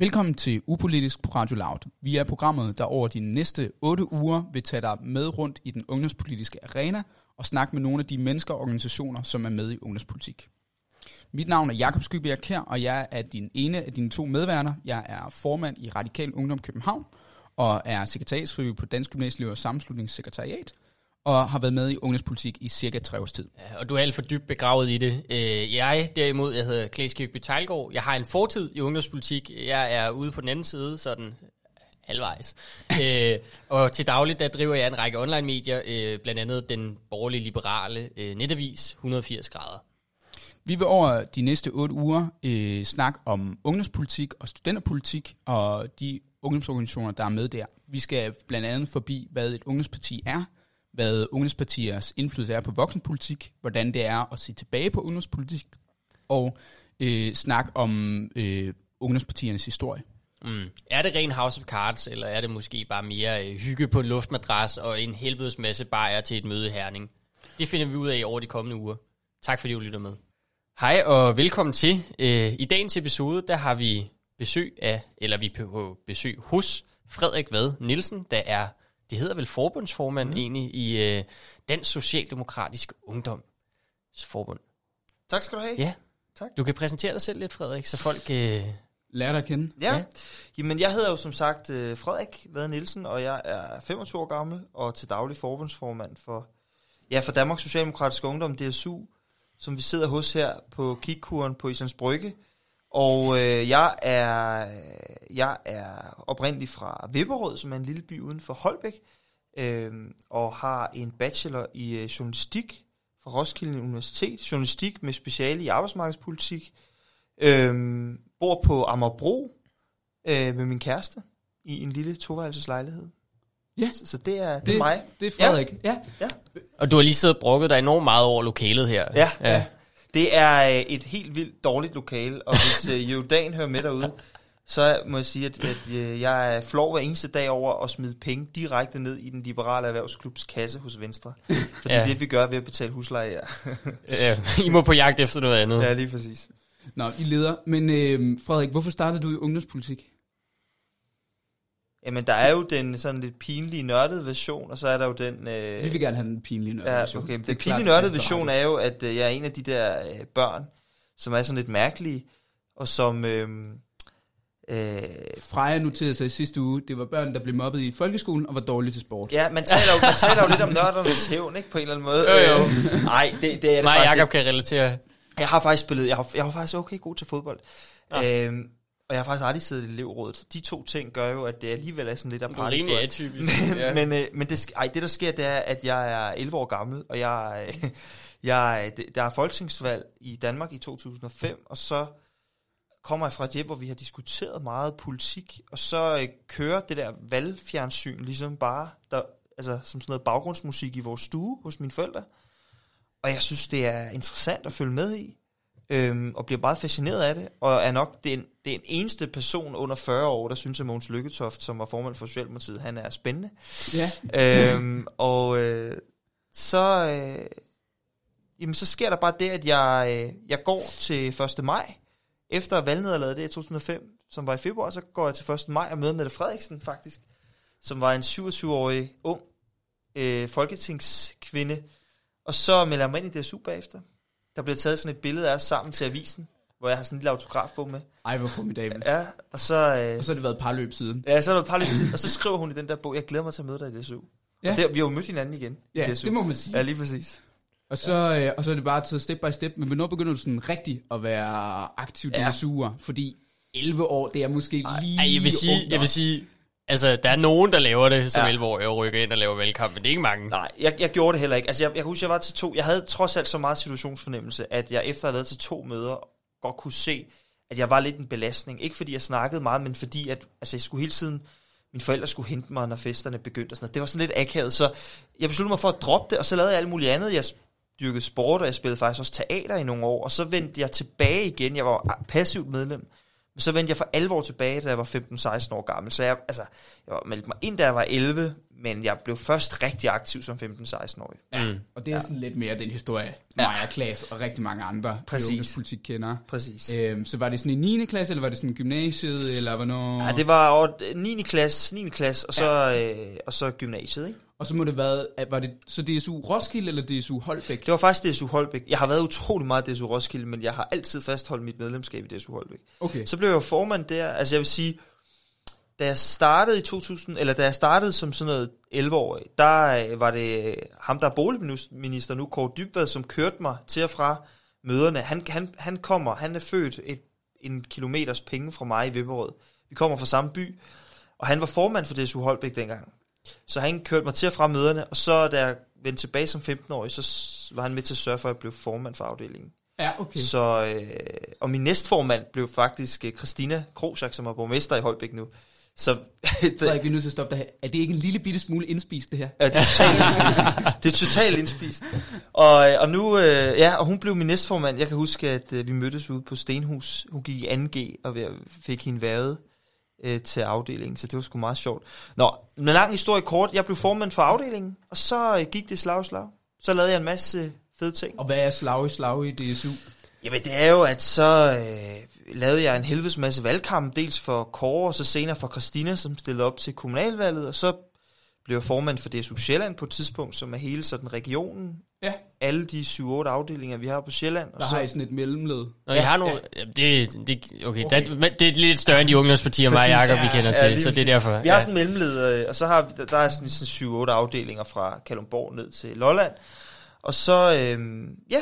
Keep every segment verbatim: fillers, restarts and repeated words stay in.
Velkommen til Upolitisk på Radio Loud. Vi er programmet, der over de næste otte uger vil tage dig med rundt i den ungdomspolitiske arena og snakke med nogle af de mennesker og organisationer, som er med i ungdomspolitik. Mit navn er Jakob Skybjerg Kjær, og jeg er din ene af dine to medværter. Jeg er formand i Radikal Ungdom København og er sekretariatsfrivillig på Dansk Gymnasieelev og Sammenslutningssekretariat og har været med i ungdomspolitik i cirka tre års tid. Ja, og du er alt for dybt begravet i det. Jeg derimod, jeg hedder Claes Kirkby Teilgaard. Jeg har en fortid i ungdomspolitik. Jeg er ude på den anden side, sådan halvvejs. øh, og til dagligt, der driver jeg en række online-medier, øh, blandt andet den borgerlige liberale øh, netavis hundrede og firs grader. Vi vil over de næste otte uger øh, snakke om ungdomspolitik og studenterpolitik og de ungdomsorganisationer, der er med der. Vi skal blandt andet forbi, hvad et ungdomsparti er, hvad ungdomspartiers indflydelse er på voksenpolitik, hvordan det er at se tilbage på ungdomspolitik, og øh, snakke om øh, ungdomspartiernes historie. Mm. Er det ren House of Cards, eller er det måske bare mere øh, hygge på en luftmadras og en helvedes masse bajer til et møde i Herning? Det finder vi ud af over de kommende uger. Tak fordi du lytter med. Hej og velkommen til. Øh, I dagens episode, der har vi besøg af, eller vi er på besøg hos Frederik Vad Nielsen, der er, det hedder vel forbundsformand mm. egentlig, i øh, Dansk Socialdemokratisk Ungdomsforbund. Tak skal du have. Ja, tak. Du kan præsentere dig selv lidt, Frederik, så folk øh, lærer dig at kende. Ja. ja, jamen jeg hedder jo som sagt øh, Frederik Vad Nielsen, og jeg er femogtyve år gammel og til daglig forbundsformand for, ja, for Danmarks Socialdemokratiske Ungdom, D S U, som vi sidder hos her på Kigkuren på Islands Brygge. Og øh, jeg er jeg er oprindelig fra Vipperød, som er en lille by uden for Holbæk, øh, og har en bachelor i øh, journalistik fra Roskilde Universitet, journalistik med speciale i arbejdsmarkedspolitik. Øh, bor på Amagerbro øh, med min kæreste i en lille toværelseslejlighed. Ja. Så, så det er det, det er mig. Det er Frederik. Ja. Ja. ja. Og du har lige siddet og brokket dig enormt meget over lokalet her. Ja. ja. Det er et helt vildt dårligt lokale, og hvis uh, Jordan hører med derude, så må jeg sige, at, at uh, jeg er flov hver eneste dag over at smide penge direkte ned i den liberale erhvervsklubs kasse hos Venstre. Fordi ja. det vi gør ved at betale husleje, ja. ja. I må på jagt efter noget andet. Ja, lige præcis. Nå, I leder. Men øh, Frederik, hvorfor startede du i ungdomspolitik? Jamen, der er jo den sådan lidt pinlige nørdede version, og så er der jo den... Øh... Vi vil gerne have den pinlige nørdede ja, version. Okay. Den pinlige nørdede version er jo, at øh, jeg er en af de der øh, børn, som er sådan lidt mærkelige, og som... Øh, øh... Freja noterede sig i sidste uge, det var børn, der blev mobbet i folkeskolen og var dårlige til sport. Ja, man taler jo, man taler jo lidt om nørdernes hævn, ikke, på en eller anden måde. Jo, jo. Nej, det, det er det Nej, faktisk Jacob kan relatere. Jeg har faktisk spillet... Jeg har, jeg har faktisk okay god til fodbold. Ja. Øhm, Og jeg har faktisk aldrig siddet i elevrådet. De to ting gør jo, at det alligevel er sådan lidt apart. Det er rimelig atypisk. Men, ja. men, øh, men det, ej, det, der sker, det er, at jeg er elleve år gammel, og jeg, øh, jeg, der er folketingsvalg i Danmark i to tusind og fem, og så kommer jeg fra et hjem, hvor vi har diskuteret meget politik, og så øh, kører det der valgfjernsyn ligesom bare, der, altså, som sådan noget baggrundsmusik i vores stue hos mine forældre. Og jeg synes, det er interessant at følge med i. Øhm, og bliver meget fascineret af det, og er nok den, den eneste person under fyrre år, der synes, at Mogens Lykketoft, som var formand for Socialdemokratiet, han er spændende. Ja. øhm, og øh, så, øh, jamen, så sker der bare det, at jeg, øh, jeg går til første maj, efter valgnederlaget det i to tusind og fem, som var i februar, så går jeg til første maj og møder Mette Frederiksen faktisk, som var en syvogtyve-årig ung øh, folketingskvinde, og så melder jeg mig ind i D S U bagefter. Der bliver taget sådan et billede af os sammen til avisen, hvor jeg har sådan en lille autografbog med. Ej, hvor formidabelt. Ja, og så... Øh, og så har det været et par løb siden. Ja, så har det været et par løb siden. Og så skriver hun i den der bog, jeg glæder mig til at møde dig i D S U. Ja. Og der, vi har jo mødt hinanden igen ja, i D S U. Det må man sige. Ja, lige præcis. Og så, øh, og så er det bare taget step by step. Men hvornår begynder du sådan rigtig at være aktiv ja. D S U'er? Fordi elleve år, det er måske Ej, lige jeg vil sige, jeg vil sige, altså der er nogen, der laver det som ja. elleve år, og rykker ind og laver valgkamp, men det er ikke mange. Nej, jeg, jeg gjorde det heller ikke. Altså jeg, jeg kan huske, jeg var til to, jeg havde trods alt så meget situationsfornemmelse, at jeg efter at have været til to møder, godt kunne se, at jeg var lidt en belastning. Ikke fordi jeg snakkede meget, men fordi at, altså jeg skulle hele tiden, mine forældre skulle hente mig, når festerne begyndte og sådan noget. Det var sådan lidt akavet, så jeg besluttede mig for at droppe det, og så lavede jeg alt muligt andet. Jeg dyrkede sport, og jeg spillede faktisk også teater i nogle år, og så vendte jeg tilbage igen. Jeg var passivt medlem. Men så vendte jeg for alvor tilbage, da jeg var femten seksten år gammel. Så jeg, altså, jeg var meldt mig ind, da jeg var elleve, men jeg blev først rigtig aktiv som femten-seksten-årig. Ja, Mm. og det er Ja. sådan lidt mere den historie, Ja. mig og Klaas og rigtig mange andre Præcis. i ungdomspolitik kender. Præcis. Øhm, så var det sådan i niende klasse, eller var det sådan gymnasiet, eller hvornår? Ja, det var over niende klasse, niende klasse og, så, ja. øh, og så gymnasiet, ikke? Og så må det være, at var det så D S U Roskilde eller D S U Holbæk? Det var faktisk D S U Holbæk. Jeg har været utrolig meget D S U Roskilde, men jeg har altid fastholdt mit medlemskab i D S U Holbæk. Okay. Så blev jeg jo formand der. Altså jeg vil sige, da jeg startede i to tusind, eller da jeg startede som sådan noget elleve-årig, der øh, var det ham, der er boligminister nu, Kåre Dybvad, som kørte mig til og fra møderne. Han, han, han kommer, han er født et, en kilometers penge fra mig i Vipperød. Vi kommer fra samme by, og han var formand for D S U Holbæk dengang. Så han kørte mig til og fra møderne, og så da jeg vendte tilbage som femten-årig, så var han med til at sørge for, at jeg blev formand for afdelingen. Ja, okay. Så, øh, og min næstformand blev faktisk øh, Christina Kroschak, som er borgmester i Holbæk nu. Så Frederik, vi er nødt til at stoppe dig her. Er det ikke en lille bitte smule indspist, det her? ja, det er totalt indspist. Det er totalt indspist. Og, og nu, øh, ja, og hun blev min næstformand. Jeg kan huske, at øh, vi mødtes ude på Stenhus. Hun gik i anden G, og vi fik hende været øh, til afdelingen, så det var sgu meget sjovt. Nå, en lang historie kort. Jeg blev formand for afdelingen, og så øh, gik det slag og slag. Så lavede jeg en masse fede ting. Og hvad er slag i slag i D S U? Jamen det er jo, at så øh, lavede jeg en helvedes masse valgkamp, dels for Kåre, og så senere for Christina, som stillede op til kommunalvalget, og så blev jeg formand for D S U Sjælland på et tidspunkt, som er hele sådan regionen. Ja. Alle de syv otte afdelinger, vi har på Sjælland. Og Der så, har I sådan et mellemled. Når Ja, jeg har nogle... Ja. Det, det, okay, okay. Der, det er lidt større end de ungdomspartier, mig og Præcis. Jacob, vi kender Ja, til, lige så det er derfor. Vi har ja. sådan en mellemled, øh, og så har vi, der er sådan, sådan syv otte afdelinger fra Kalundborg ned til Lolland. Og så, øh, ja,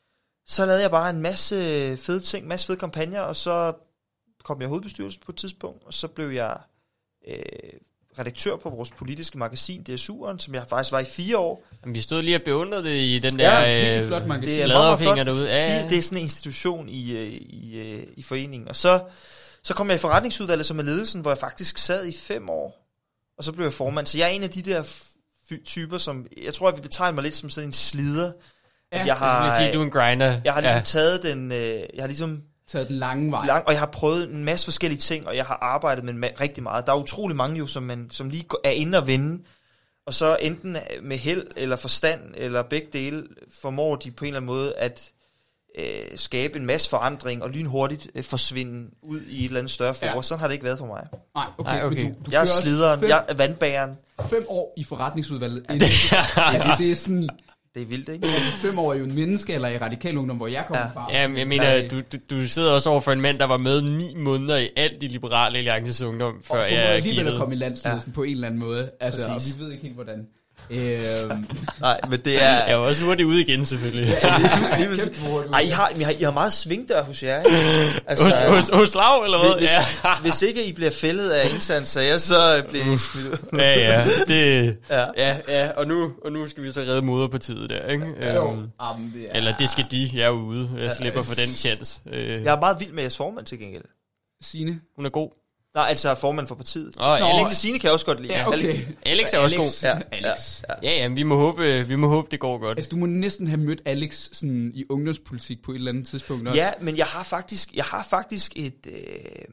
så lavede jeg bare en masse fede ting, masse fede kampagner, og så kom jeg i hovedbestyrelsen på et tidspunkt, og så blev jeg øh, redaktør på vores politiske magasin, D S U'eren, som jeg faktisk var i fire år. Jamen, vi stod lige og beundrede det i den der... Ja, virkelig øh, flot magasin. Det er Laderfinger meget flot. derude. Ja, ja. Det er sådan en institution i, øh, i, øh, i foreningen. Og så, så kom jeg i forretningsudvalget som er ledelsen, hvor jeg faktisk sad i fem år, og så blev jeg formand. Så jeg er en af de der f- typer, som... Jeg tror, jeg vil betegne mig lidt som sådan en slider. Ja, at jeg har, Jeg skulle sige, du er en grinder. jeg har ligesom ja. taget den... Øh, jeg har ligesom... Taget den lange vej. Lang, og jeg har prøvet en masse forskellige ting, og jeg har arbejdet med ma- rigtig meget. Der er utrolig mange jo, som, man, som lige er inde og vende, og så enten med held eller forstand, eller begge dele, formår de på en eller anden måde at øh, skabe en masse forandring, og lynhurtigt øh, forsvinde ud i et eller andet større forår. Ja. Sådan har det ikke været for mig. Nej, okay. Nej, okay. Men du, du Jeg er kører slideren, fem, jeg er vandbæreren. fem år i forretningsudvalget. Det, det, det, det er sådan... Det er vildt, ikke? Altså, fem år er jo en menneskealder i Radikal Ungdom, hvor jeg kommer Ja. fra. Ja, men jeg mener, du, du, du sidder også over for en mand, der var med ni måneder i alt i Liberale Alliances Ungdom, Og før formår jeg alligevel at gik komme i landsledelsen ja. på en eller anden måde. Altså, og Præcis. vi ved ikke helt, hvordan. Øhm, Nej, men det er... Jeg er også hurtigt ude igen, selvfølgelig. ja, lige præcis. kæft, hvor er du- Ej, I har, I har, I har meget svingdør hos jer, ikke? Altså, Hos, hos, hos Lav, eller hvad? hvis, Ja. hvis ikke I bliver fældet af interne sager, så bliver I smidt ud. Ja, ja, det, Ja. ja, ja, og nu, og nu skal vi så redde moderpartiet der, ikke? Jo, Øhm, jamen, det er... eller det skal de, jeg er ude, jeg Ja, slipper for den chance. Øh, Jeg er meget vild med jeres formand til gengæld. Signe. Hun er god. Nej, altså formand for partiet. Og Nå, Alex, Alex Signe kan jeg også godt lide. Ja, okay. Alex. Alex er også god. Ja, Alex. ja, ja. Ja, ja, vi må håbe, vi må håbe det går godt. Altså, du må næsten have mødt Alex sådan, i ungdomspolitik på et eller andet tidspunkt også. Ja, men jeg har faktisk, jeg har faktisk et, øh,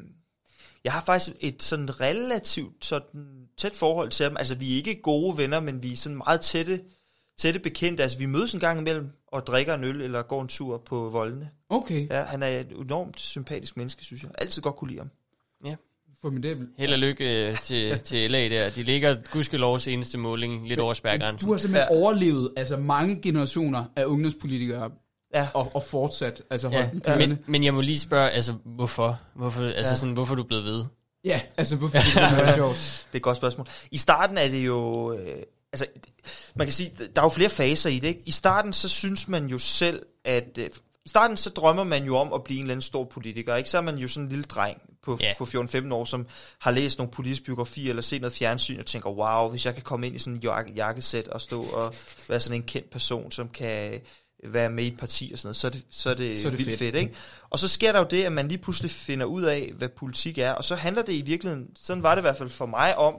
jeg har faktisk et sådan relativt sådan tæt forhold til ham. Altså, vi er ikke gode venner, men vi er sådan meget tætte, tætte bekendte. Altså, vi mødes en gang imellem og drikker en øl eller går en tur på voldene. Okay, Ja, han er et enormt sympatisk menneske, synes jeg. Altid godt kunne lide ham. formidabel. Held og lykke øh, til, til L A der. De ligger gudskelov seneste måling lidt over spærgrænsen. Du har simpelthen Ja. ja. overlevet altså mange generationer af ungdomspolitikere Ja. og, og fortsat altså Ja, holdt den kørende. men, men jeg må lige spørge, altså hvorfor? Hvorfor, altså Ja. sådan, hvorfor er du blevet ved? Ja, altså hvorfor det er sjovt. Det er et godt spørgsmål. I starten er det jo... Øh, altså, man kan sige, der er jo flere faser i det, ikke? I starten, så synes man jo selv, at... Øh, I starten, så drømmer man jo om at blive en eller anden stor politiker, ikke? Så er man jo sådan en lille dreng på, Ja. på fjorten femten år, som har læst nogle politiske biografier, eller set noget fjernsyn, og tænker, wow, hvis jeg kan komme ind i sådan en jak- jakkesæt, og stå og være sådan en kendt person, som kan være med i et parti og sådan noget, så er det, så er det, Så er det vildt fedt. fedt, ikke? Og så sker der jo det, at man lige pludselig finder ud af, hvad politik er, og så handler det i virkeligheden, sådan var det i hvert fald for mig, om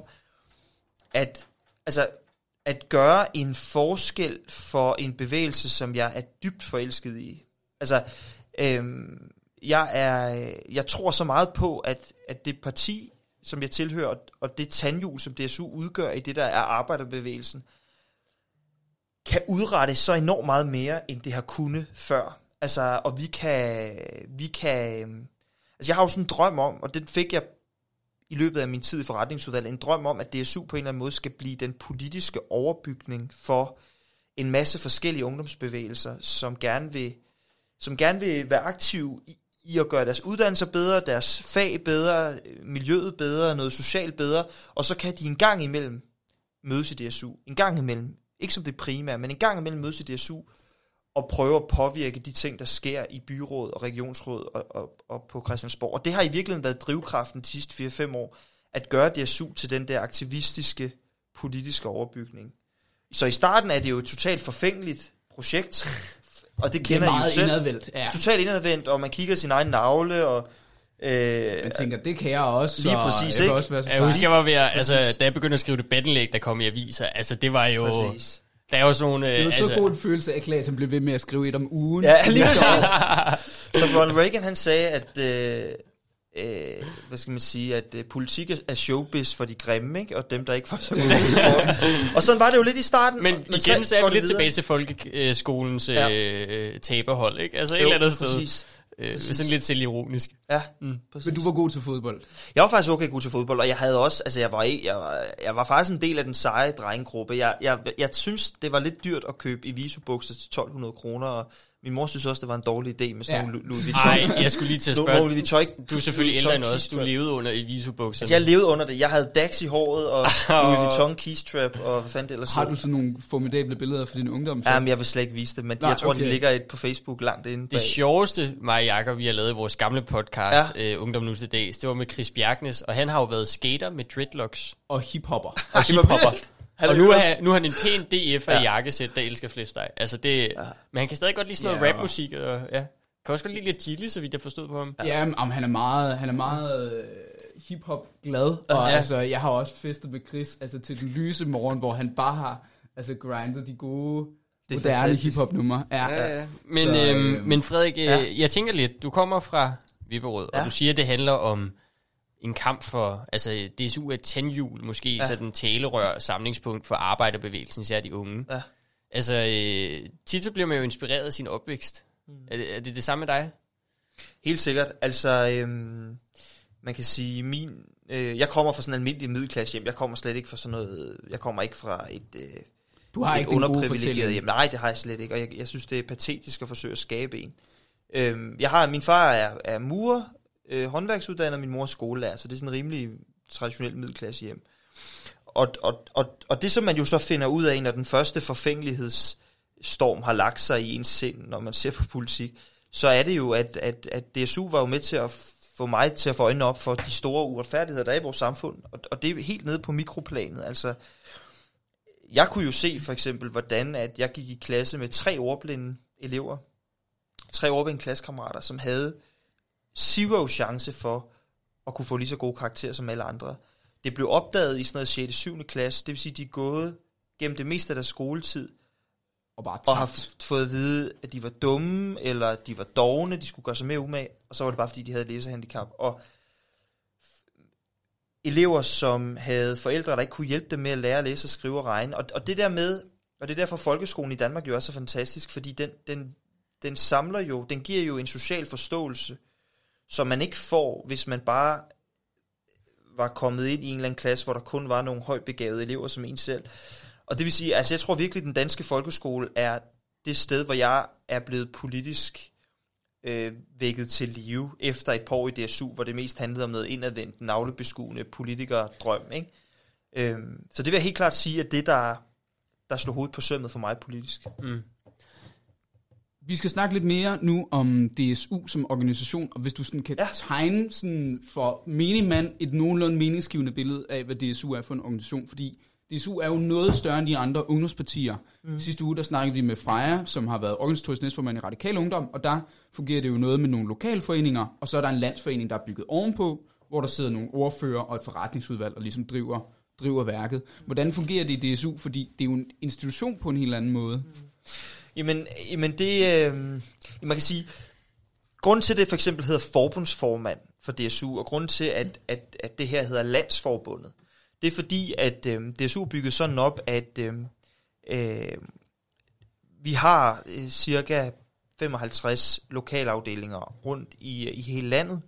at, altså, at gøre en forskel for en bevægelse, som jeg er dybt forelsket i. Altså, øhm, jeg er, jeg tror så meget på, at, at det parti, som jeg tilhører, og det tandhjul, som D S U udgør i det, der er arbejderbevægelsen, kan udrette så enormt meget mere, end det har kunnet før. Altså, og vi kan, vi kan, altså jeg har jo sådan en drøm om, og den fik jeg i løbet af min tid i forretningsudvalget, en drøm om, at D S U på en eller anden måde skal blive den politiske overbygning for en masse forskellige ungdomsbevægelser, som gerne vil, som gerne vil være aktive i, i at gøre deres uddannelser bedre, deres fag bedre, miljøet bedre, noget socialt bedre, og så kan de en gang imellem mødes i D S U. En gang imellem, ikke som det primære, men en gang imellem mødes i D S U, og prøve at påvirke de ting, der sker i byråd og regionsråd og, og, og på Christiansborg. Og det har i virkeligheden været drivkraften de sidste fire fem år, at gøre D S U til den der aktivistiske, politiske overbygning. Så i starten er det jo et totalt forfængeligt projekt, og det kender det er meget I jo selv. indadvendt, ja. Totalt indadvendt, og man kigger sin egen navle, og Øh, man tænker, det kan jeg også. Lige præcis, jeg ikke? Også være så jeg husker, jeg var ved at, altså, da jeg begyndte at skrive debatindlæg, der kom i aviser, altså det var jo... Præcis. Der er jo sådan nogle... Det var så altså, god en følelse af, Klaas, som blev ved med at skrive et om ugen. Ja, lige så Ronald Reagan, han sagde, at... Øh, øh, hvad skal man sige, at øh, politik er showbiz for de grimme, ikke? Og dem, der ikke får så godt. Og sådan var det jo lidt i starten. Men, men igen, så er vi lidt videre. tilbage til folkeskolens ja. øh, taberhold, ikke? Altså et jo, eller andet sted. Præcis. Øh, sådan lidt selvironisk. Ja, mm. Men du var god til fodbold. Jeg var faktisk okay god til fodbold, og jeg havde også, altså jeg var, jeg var, jeg var faktisk en del af den seje drengegruppe. Jeg, jeg, jeg synes, det var lidt dyrt at købe Iviso-bukser til tolv hundrede kroner, og min mor synes også, det var en dårlig idé med sådan nogle ja. Louis Vuitton. Nej, jeg skulle lige til at spørge. Louis Vuitton, du er selvfølgelig ældre end os. Du levede under Iviso-bukserne. Altså, jeg levede under det. Jeg havde Dax i håret, og Louis Vuitton keystrap, og hvad fanden det ellers. Har du sådan nogle formidable billeder fra din ungdom? Jamen, jeg vil slet ikke vise det, men Nej, jeg tror, okay. de ligger et på Facebook langt inde bag. Det sjoveste, mig og Jakob, vi har lavet i vores gamle podcast, ja. øh, Ungdom Nu Til Dags, det var med Chris Bjergnes, og han har jo været skater med dreadlocks. Og hiphopper. Og hiphopper. Og nu er, han, nu er han en pæn D F af ja. jakkesæt, der elsker flæsteg. Altså det, ja. Men han kan stadig godt lide sådan noget ja. rapmusik, og ja. Kan også godt lide lidt chili, så vidt jeg forstod på ham. Ja, ja om han er meget, han er meget øh, hiphop glad, og ja. altså jeg har også festet med Chris, altså til den lyse morgen, hvor han bare har altså grindet de gode moderne hiphop numre. Ja. Ja, ja. Men, så, øhm, øh, men Frederik, ja. jeg tænker lidt, du kommer fra Vipperød, ja. og du siger, at det handler om en kamp for, altså D S U er et tandhjul, måske ja. sådan en talerør samlingspunkt for arbejderbevægelsen, især de unge. Ja. Altså, øh, tit så bliver man jo inspireret af sin opvækst. Mm. Er, det, er det det samme med dig? Helt sikkert. Altså, øhm, man kan sige, min, øh, jeg kommer fra sådan en almindelig middelklasse hjem. Jeg kommer slet ikke fra sådan noget, jeg kommer ikke fra et, øh, du har et ikke underprivilegeret hjem. Nej, det har jeg slet ikke, og jeg, jeg synes, det er patetisk at forsøge at skabe en. Øhm, jeg har, min far er, er murer, øh, håndværksuddannet, min mor er skolelærer, så det er sådan en rimelig traditionel middelklasse hjem. Og, og, og, og det, som man jo så finder ud af, når den første forfængelighedsstorm har lagt sig i ens sind, når man ser på politik, så er det jo, at, at, at D S U var jo med til at få mig til at få øjnene op for de store uretfærdigheder, der er i vores samfund. Og, og det er helt nede på mikroplanet. Altså, jeg kunne jo se for eksempel, hvordan at jeg gik i klasse med tre ordblinde elever, tre ordblinde klassekammerater, som havde zero chance for at kunne få lige så gode karakterer som alle andre. Det blev opdaget i sådan noget sjette syvende klasse, det vil sige, at de er gået gennem det meste af deres skoletid, og, bare og har f- fået at vide, at de var dumme, eller at de var dovne, de skulle gøre sig mere umage, og så var det bare, fordi de havde læsehandicap. Og elever, som havde forældre, der ikke kunne hjælpe dem med at lære at læse og skrive og regne. Og, og det der med, og det er derfor folkeskolen i Danmark jo er så fantastisk, fordi den, den, den samler jo, den giver jo en social forståelse, som man ikke får, hvis man bare var kommet ind i en eller anden klasse, hvor der kun var nogle højt begavede elever som en selv. Og det vil sige, altså jeg tror virkelig, at den danske folkeskole er det sted, hvor jeg er blevet politisk øh, vækket til live, efter et par år i D S U, hvor det mest handlede om noget indadvendt, navlebeskuende politikerdrøm, ikke? Øhm, så det vil jeg helt klart sige, at det, der, der slog hovedet på sømmet for mig politisk. Mm. Vi skal snakke lidt mere nu om D S U som organisation, og hvis du sådan kan ja. tegne sådan for menigmand et nogenlunde meningsgivende billede af, hvad D S U er for en organisation, fordi D S U er jo noget større end de andre ungdomspartier. Mm. Sidste uge, der snakkede vi med Freja, som har været organisatorisk næstformand i Radikal Ungdom, og der fungerer det jo noget med nogle lokalforeninger, og så er der en landsforening, der er bygget ovenpå, hvor der sidder nogle ordfører og et forretningsudvalg, og ligesom driver, driver værket. Hvordan fungerer det i D S U? Fordi det er jo en institution på en helt anden måde. Mm. Jamen, jamen det, øh, man kan sige, grunden til det for eksempel hedder forbundsformand, for D S U, og grunden til, at, at, at det her hedder Landsforbundet, det er fordi, at øh, D S U er bygget sådan op, at øh, øh, vi har øh, cirka femoghalvtreds lokalafdelinger rundt i, i hele landet,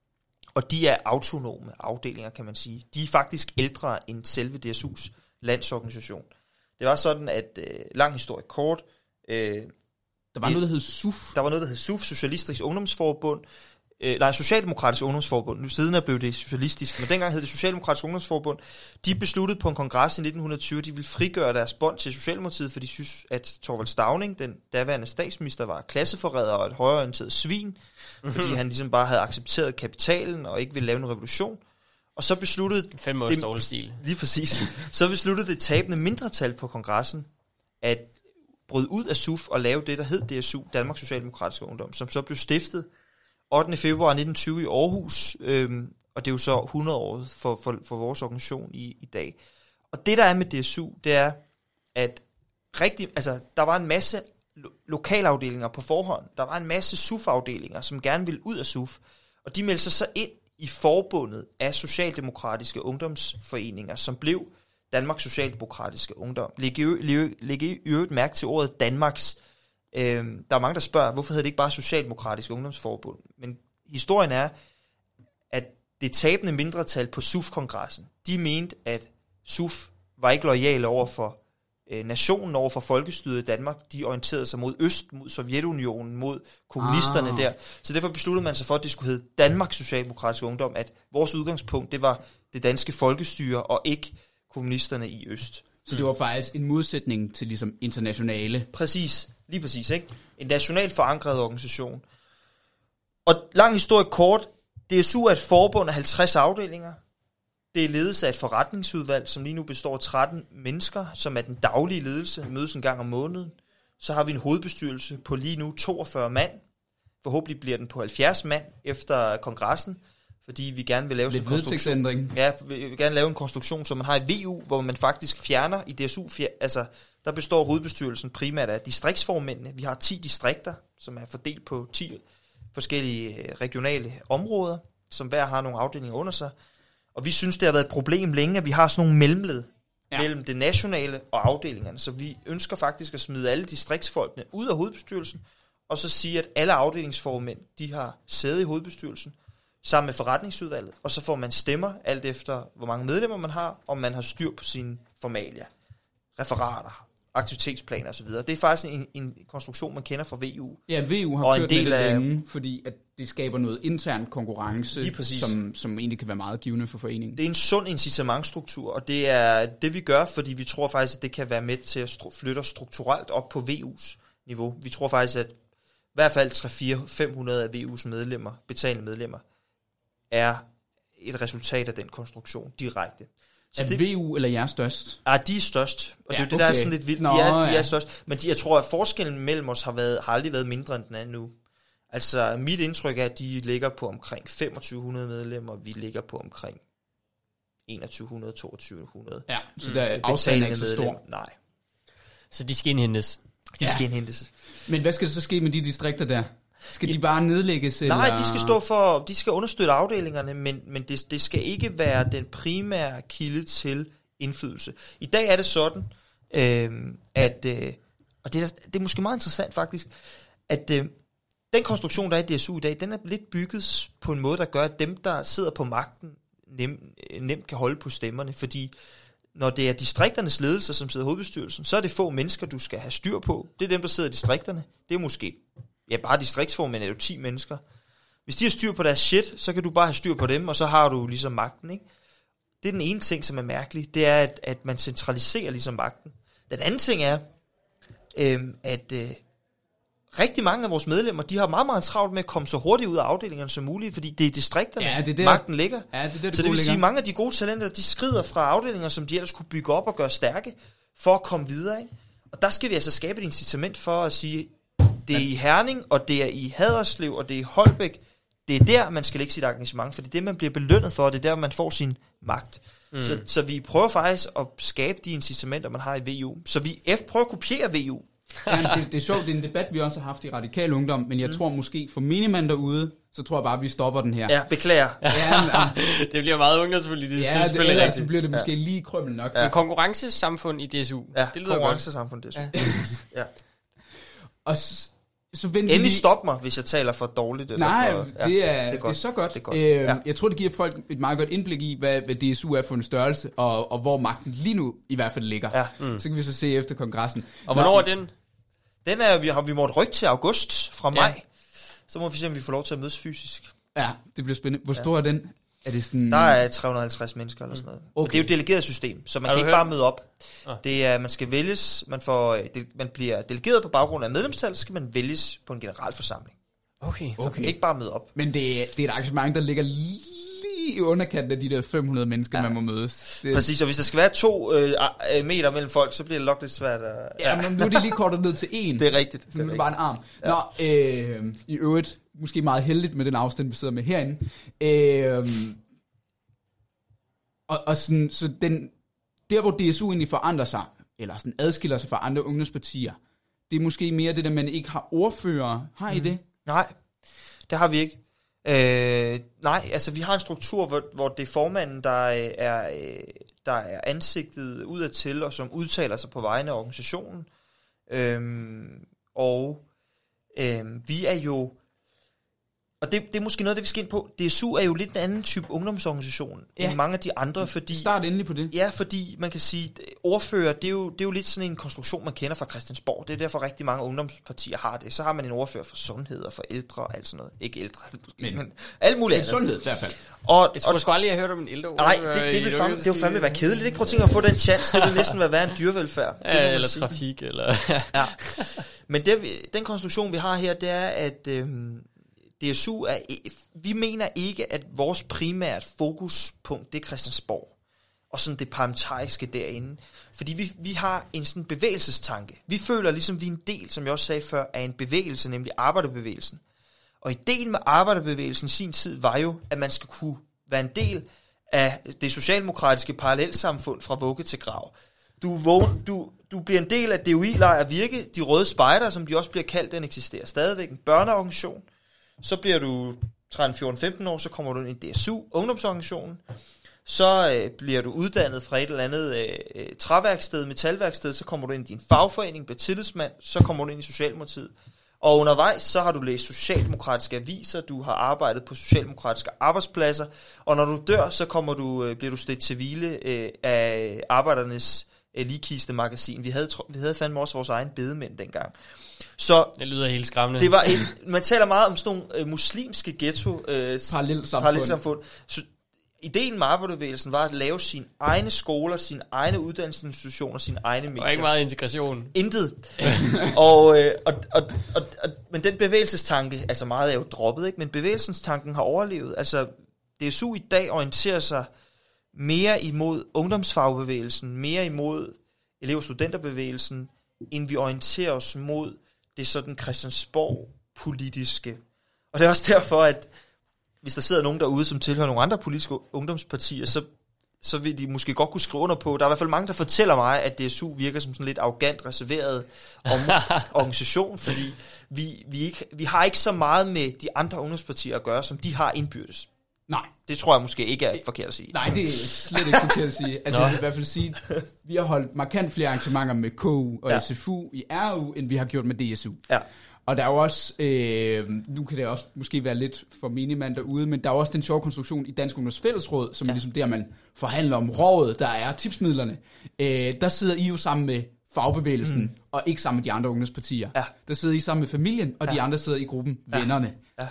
og de er autonome afdelinger, kan man sige. De er faktisk ældre end selve D S U's landsorganisation. Det var sådan, at øh, lang historie kort, øh, der var noget, der hed S U F. Der var noget, der hed S U F, Socialistisk Ungdomsforbund, øh, nej, Socialdemokratisk Ungdomsforbund. Nu siden er blevet det socialistisk, men dengang hed det Socialdemokratisk Ungdomsforbund. De besluttede på en kongres i nitten tyve, at de ville frigøre deres bånd til Socialdemokratiet, for de synes, at Thorvald Stauning, den daværende statsminister, var klasseforræder og et højreorienteret svin, mm-hmm. fordi han ligesom bare havde accepteret kapitalen og ikke ville lave en revolution. Og så besluttede... Fem års dårlig stil. Lige præcis. Så besluttede det tabende mindretal på kongressen, at bryde ud af S U F og lave det, der hed D S U, Danmarks Socialdemokratiske Ungdom, som så blev stiftet ottende februar nitten tyve i Aarhus, øhm, og det er jo så hundrede år for, for, for vores organisation i, i dag. Og det, der er med D S U, det er, at rigtig, altså, der var en masse lo- lokalafdelinger på forhånd. Der var en masse S U F-afdelinger, som gerne ville ud af S U F, og de meldte sig så ind i forbundet af socialdemokratiske ungdomsforeninger, som blev Danmarks Socialdemokratiske Ungdom. Læg i øvrigt mærke til ordet Danmarks. Øhm, der er mange, der spørger, hvorfor hedder det ikke bare Socialdemokratisk Ungdomsforbund? Men historien er, at det tabende mindretal på S U F-kongressen, de mente, at S U F var ikke loyale over for øh, nationen, over for folkestyret i Danmark. De orienterede sig mod øst, mod Sovjetunionen, mod kommunisterne ah. der. Så derfor besluttede man sig for, at det skulle hedde Danmarks Socialdemokratiske Ungdom, at vores udgangspunkt, det var det danske folkestyre, og ikke kommunisterne i øst. Så det var faktisk en modsætning til ligesom internationale. Præcis, lige præcis, ikke? En nationalt forankret organisation. Og lang historie kort, D S U er et forbund af halvtreds afdelinger. Det er ledet af et forretningsudvalg, som lige nu består af tretten mennesker, som er den daglige ledelse, mødes en gang om måneden. Så har vi en hovedbestyrelse på lige nu toogfyrre mand. Forhåbentlig bliver den på halvfjerds mand efter kongressen, fordi vi gerne vil lave en konstruktion. Ja, vi vil gerne lave en konstruktion, som man har i V U, hvor man faktisk fjerner i D S U. Altså, der består hovedbestyrelsen primært af distriktsformændene. Vi har ti distrikter, som er fordelt på ti forskellige regionale områder, som hver har nogle afdelinger under sig. Og vi synes, det har været et problem længe, at vi har sådan nogle mellemled ja. mellem det nationale og afdelingerne. Så vi ønsker faktisk at smide alle distriktsfolkene ud af hovedbestyrelsen, og så sige, at alle afdelingsformænd, de har sæde i hovedbestyrelsen, sammen med forretningsudvalget, og så får man stemmer alt efter, hvor mange medlemmer man har, om man har styr på sine formalia, referater, aktivitetsplaner osv. Det er faktisk en, en konstruktion, man kender fra V U. Ja, V U har og kørt en del af længe, fordi at det skaber noget intern konkurrence, som, som egentlig kan være meget givende for foreningen. Det er en sund incitamentstruktur, og det er det, vi gør, fordi vi tror faktisk, at det kan være med til at stru- flytte strukturelt op på V U's niveau. Vi tror faktisk, at i hvert fald tre fire fem hundrede af V U's medlemmer, betalende medlemmer, er et resultat af den konstruktion direkte. Så er det, V U eller jer størst? Ja, de er størst. Og ja, det er det, okay. Der er sådan lidt vildt. Nå, de, er, de ja. er størst. Men de, jeg tror, at forskellen mellem os har, været, har aldrig været mindre end den anden nu. Altså, mit indtryk er, at de ligger på omkring femogtyve hundrede medlemmer. Vi ligger på omkring enogtyve hundrede til toogtyve hundrede. Ja, så mm. der er afstanden ikke så stor. Nej. Så de skal indhentes. De ja. skal indhentes. Men hvad skal der så ske med de distrikter der? Skal de bare nedlægges? Nej, eller? de skal stå for, de skal understøtte afdelingerne, men, men det, det skal ikke være den primære kilde til indflydelse. I dag er det sådan, øh, at, øh, og det er, det er måske meget interessant faktisk, at øh, den konstruktion, der er i D S U i dag, den er lidt bygget på en måde, der gør, at dem, der sidder på magten, nem, nemt kan holde på stemmerne, fordi når det er distrikternes ledelse, som sidder i hovedbestyrelsen, så er det få mennesker, du skal have styr på. Det er dem, der sidder i distrikterne. Det er måske... Ja, bare distriktsformænd er jo ti mennesker. Hvis de har styr på deres shit, så kan du bare have styr på dem, og så har du ligesom magten, ikke? Det er den ene ting, som er mærkelig. Det er, at, at man centraliserer ligesom magten. Den anden ting er, øh, at øh, rigtig mange af vores medlemmer, de har meget, meget travlt med at komme så hurtigt ud af afdelingerne som muligt, fordi det er distrikterne, ja, det er der, magten ligger. Ja, det er der, det så det vil sige, at mange af de gode talenter, de skrider fra afdelinger, som de ellers kunne bygge op og gøre stærke, for at komme videre, ikke? Og der skal vi altså skabe et incitament for at sige... Det er i Herning, og det er i Haderslev, og det er i Holbæk. Det er der, man skal lægge sit engagement, for det er det, man bliver belønnet for, og det er der, man får sin magt. Mm. Så, så vi prøver faktisk at skabe de incitamenter, man har i V U. Så vi prøver at kopiere V U. Ja, det, det er sjovt, det er en debat, vi også har haft i Radikal Ungdom, men jeg mm. tror måske for minimand derude, så tror jeg bare, at vi stopper den her. Ja, beklager. Ja, men, det bliver meget ungdomspolitisk. Ja, det, det ellers så bliver det måske ja. lige krømmel nok. Ja. Men konkurrencesamfund i D S U. Ja, det lyder konkurrencesamfund i D S U. Ja. ja. Og så, så venter Endelig vi... stop mig, hvis jeg taler for dårligt. Eller Nej, for, ja, det, er, det, er det er så godt. Det er godt. Øh, ja. Jeg tror, det giver folk et meget godt indblik i, hvad, hvad D S U er for en størrelse, og, og hvor magten lige nu i hvert fald ligger. Ja. Mm. Så kan vi så se efter kongressen. Og hvornår er den? Den er, vi har vi måttet rykke til august fra maj. Ja. Så må vi se, om vi får lov til at mødes fysisk. Ja, det bliver spændende. Hvor stor ja. er den? Er det sådan... Der er tre hundrede og halvtreds mennesker eller sådan noget. Okay. Det er jo et delegeret system, så man kan ikke hørt? bare møde op. Ah. Det er, man skal vælges, man, får, det, man bliver delegeret på baggrund af medlemstal, så skal man vælges på en generalforsamling. Okay. Så okay. man kan ikke bare møde op. Men det er, det er et arrangement, der ligger lige i underkanten af de der fem hundrede mennesker, ja. man må mødes. Det... Præcis, og hvis der skal være to øh, meter mellem folk, så bliver det nok lidt svært. At... Ja, men nu er det lige kortet ned til en. Det er rigtigt. Så nu er det bare en arm. Ja. Nå, øh, i øvrigt, måske meget heldigt med den afstand, vi sidder med herinde. Øh, og, og sådan, så den, der hvor D S U egentlig forandrer sig, eller sådan adskiller sig fra andre ungdomspartier, det er måske mere det, der man ikke har ordfører. Har I mm. det? Nej, det har vi ikke. Øh, nej, altså vi har en struktur, hvor, hvor det er formanden, der er, der er ansigtet udadtil, og som udtaler sig på vegne af organisationen. Øhm, og øhm, vi er jo, og det, det er måske noget, det vi skal ind på, D S U er jo lidt en anden type ungdomsorganisation ja. end mange af de andre, fordi... Start endelig på det. Ja, fordi man kan sige, ordfører, det er, jo, det er jo lidt sådan en konstruktion, man kender fra Christiansborg. Det er derfor rigtig mange ungdomspartier har det. Så har man en ordfører for sundhed og for ældre og alt sådan noget. Ikke ældre, men, men alt muligt andet. Sundhed i hvert fald. Og, jeg tror sgu aldrig, jeg har hørt om en ældre Nej, det, det, vil fandme, det vil fandme være kedeligt. Ikke? Prøv at tænke at få den chance. Det vil næsten være, være en dyrevelfærd. Ja, eller sige. Trafik. Eller ja. Men det, den konstruktion, vi har her, det er, at... Øhm, D S U er, vi mener ikke, at vores primært fokuspunkt, det er Christiansborg, og sådan det parlamentariske derinde. Fordi vi, vi har en sådan bevægelsestanke. Vi føler ligesom, vi er en del, som jeg også sagde før, af en bevægelse, nemlig arbejderbevægelsen. Og ideen med arbejderbevægelsen i sin tid var jo, at man skal kunne være en del af det socialdemokratiske parallelsamfund fra vugge til grav. Du, vågen, du, du bliver en del af D U I-lejr Virke, de røde spejdere, som de også bliver kaldt, den eksisterer stadigvæk, en børneorganisation. Så bliver du tretten, fjorten, femten år, så kommer du ind i D S U, ungdomsorganisationen. Så øh, bliver du uddannet fra et eller andet øh, træværksted, metalværksted, så kommer du ind i din fagforening, bliver tillidsmand, så kommer du ind i Socialdemokratiet. Og undervejs, så har du læst socialdemokratiske aviser, du har arbejdet på socialdemokratiske arbejdspladser, og når du dør, så kommer du, øh, bliver du stedt til hvile øh, af Arbejdernes øh, Ligkiste magasin. Vi havde, vi havde fandme også vores egen bedemænd dengang. Så det lyder helt skræmmende. Det var en, man taler meget om sådan nogle øh, muslimske ghetto øh, parallelsamfund. parallelsamfund. Så ideen med arbejderbevægelsen var at lave sine egne skoler, sine egne uddannelsesinstitutioner, sine egne medier. Og ikke meget integration. Intet. og, øh, og, og, og, og, men den bevægelsestanke, altså meget er jo droppet, ikke? Men bevægelsestanken har overlevet. Altså D S U i dag orienterer sig mere imod ungdomsfagbevægelsen, mere imod elev- og studenterbevægelsen, end vi orienterer os mod det sådan Christiansborg-politiske. Og det er også derfor, at hvis der sidder nogen derude, som tilhører nogle andre politiske ungdomspartier, så, så vil de måske godt kunne skrive under på. Der er i hvert fald mange, der fortæller mig, at D S U virker som sådan lidt arrogant, reserveret organisation, fordi vi, vi, ikke, vi har ikke så meget med de andre ungdomspartier at gøre, som de har indbyrdes. Nej. Det tror jeg måske ikke er forkert at sige. Nej, det er slet ikke forkert at sige. Altså, jeg vil i hvert fald sige, vi har holdt markant flere arrangementer med K U og ja. S F U i R U, end vi har gjort med D S U. Ja. Og der er jo også, øh, nu kan det også måske være lidt for minimand derude, men der er også den sjove konstruktion i Dansk Ungdoms Fællesråd, som ja. er ligesom der, man forhandler om rådet, der er tipsmidlerne. Øh, der sidder I jo sammen med fagbevægelsen, mm. og ikke sammen med de andre ungdomspartier. Ja. Der sidder I sammen med familien, og ja. de andre sidder i gruppen ja. vennerne. Ja.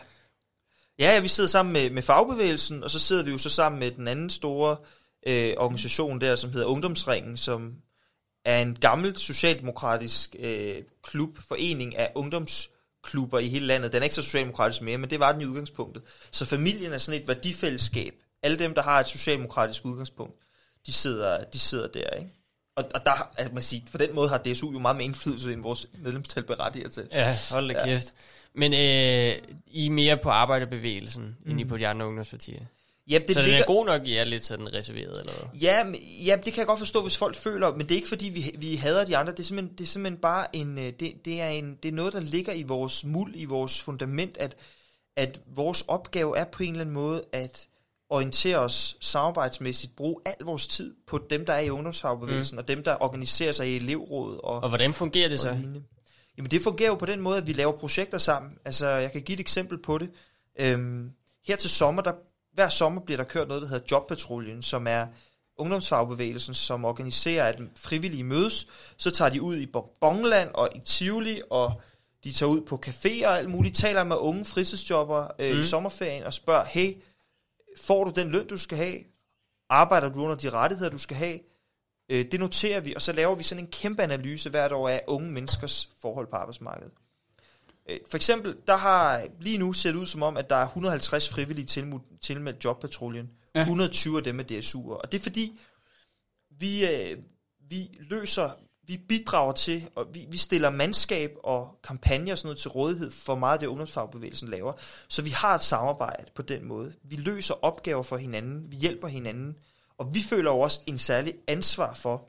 Ja, ja, vi sidder sammen med, med fagbevægelsen, og så sidder vi jo så sammen med den anden store øh, organisation der, som hedder Ungdomsringen, som er en gammel socialdemokratisk øh, klub, forening af ungdomsklubber i hele landet. Den er ikke så socialdemokratisk mere, men det var den i udgangspunktet. Så familien er sådan et værdifællesskab. Alle dem, der har et socialdemokratisk udgangspunkt, de sidder, de sidder der, ikke? Og, og der, altså man siger, på den måde har D S U jo meget mere indflydelse, end vores medlemstal berettiger til. Ja, hold da kæft. Men øh, I er mere på arbejderbevægelsen, mm. end I på de andre ungdomspartier? Ja, det så ligger... den er god nok, I er lidt sådan reserveret, eller hvad? Ja, men, ja, det kan jeg godt forstå, hvis folk føler, men det er ikke fordi, vi, vi hader de andre. Det er simpelthen, det er simpelthen bare en det, det, er en... det er noget, der ligger i vores muld, i vores fundament, at, at vores opgave er på en eller anden måde at orientere os samarbejdsmæssigt, bruge al vores tid på dem, der er i ungdomsfagbevægelsen, mm. og dem, der organiserer sig i elevrådet. Og, og hvordan fungerer det så? Jamen det fungerer jo på den måde, at vi laver projekter sammen. Altså, jeg kan give et eksempel på det. Øhm, her til sommer, der, hver sommer bliver der kørt noget, der hedder Jobpatruljen, som er ungdomsfagbevægelsen, som organiserer, at frivillige mødes. Så tager de ud i Bonbonland og i Tivoli, og de tager ud på caféer og alt muligt, taler med unge fritidsjobber øh, mm. i sommerferien og spørger, hey, får du den løn, du skal have? Arbejder du under de rettigheder, du skal have? Øh, det noterer vi, og så laver vi sådan en kæmpe analyse hvert år af unge menneskers forhold på arbejdsmarkedet. Øh, for eksempel, der har lige nu set ud som om, at der er et hundrede og halvtreds frivillige tilmeldt, tilmeldt Jobpatruljen. Ja. et hundrede og tyve af dem er D S U'er. Og det er fordi, vi, øh, vi løser, vi bidrager til, og vi, vi stiller mandskab og kampagner og sådan noget til rådighed for meget af det, ungdomsfagbevægelsen laver. Så vi har et samarbejde på den måde. Vi løser opgaver for hinanden, vi hjælper hinanden, og vi føler jo også en særlig ansvar for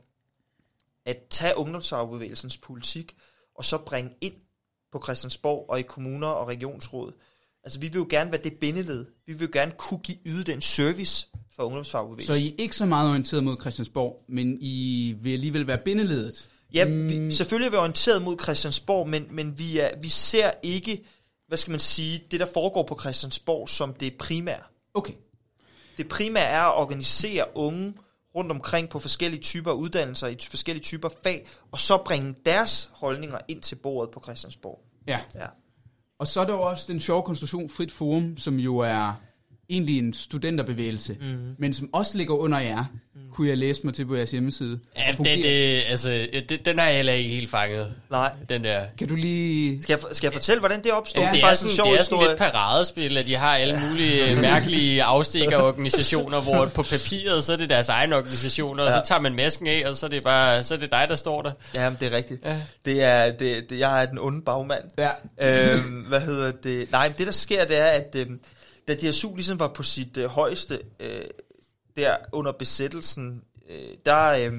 at tage ungdomsfagbevægelsens politik og så bringe ind på Christiansborg og i kommuner og regionsråd. Altså vi vil jo gerne være det bindeled. Vi vil jo gerne kunne give, yde den service for ungdomsfagbevægelsen. Så I er ikke så meget orienteret mod Christiansborg, men I vil alligevel være bindeledet? Ja, vi, selvfølgelig er vi orienteret mod Christiansborg, men, men vi, er, vi ser ikke, hvad skal man sige, det der foregår på Christiansborg som det primære. Okay. Det primære er at organisere unge rundt omkring på forskellige typer uddannelser, i forskellige typer fag, og så bringe deres holdninger ind til bordet på Christiansborg. Ja. Ja. Og så er der også den sjove konstruktion Frit Forum, som jo er egentlig en studenterbevægelse, mm. men som også ligger under jer, mm. kunne jeg læse mig til på jeres hjemmeside. Ja, det, det, altså, det, den har jeg heller ikke helt fanget. Nej. Den der. Kan du lige... Skal jeg, skal jeg fortælle, hvordan det opstod? Ja, det, det er, er faktisk sådan, en sjov det er sådan lidt paradespil, at de har alle mulige mærkelige afstikkerorganisationer, hvor på papiret, så er det deres egne organisationer, ja. Og så tager man masken af, og så er det bare så er det dig, der står der. Ja, det er rigtigt. Ja. Det er, det, det, jeg er den onde bagmand. Ja. øhm, hvad hedder det? Nej, det der sker, det er, at øhm, da D S U ligesom var på sit øh, højeste øh, der under besættelsen, øh, der, øh,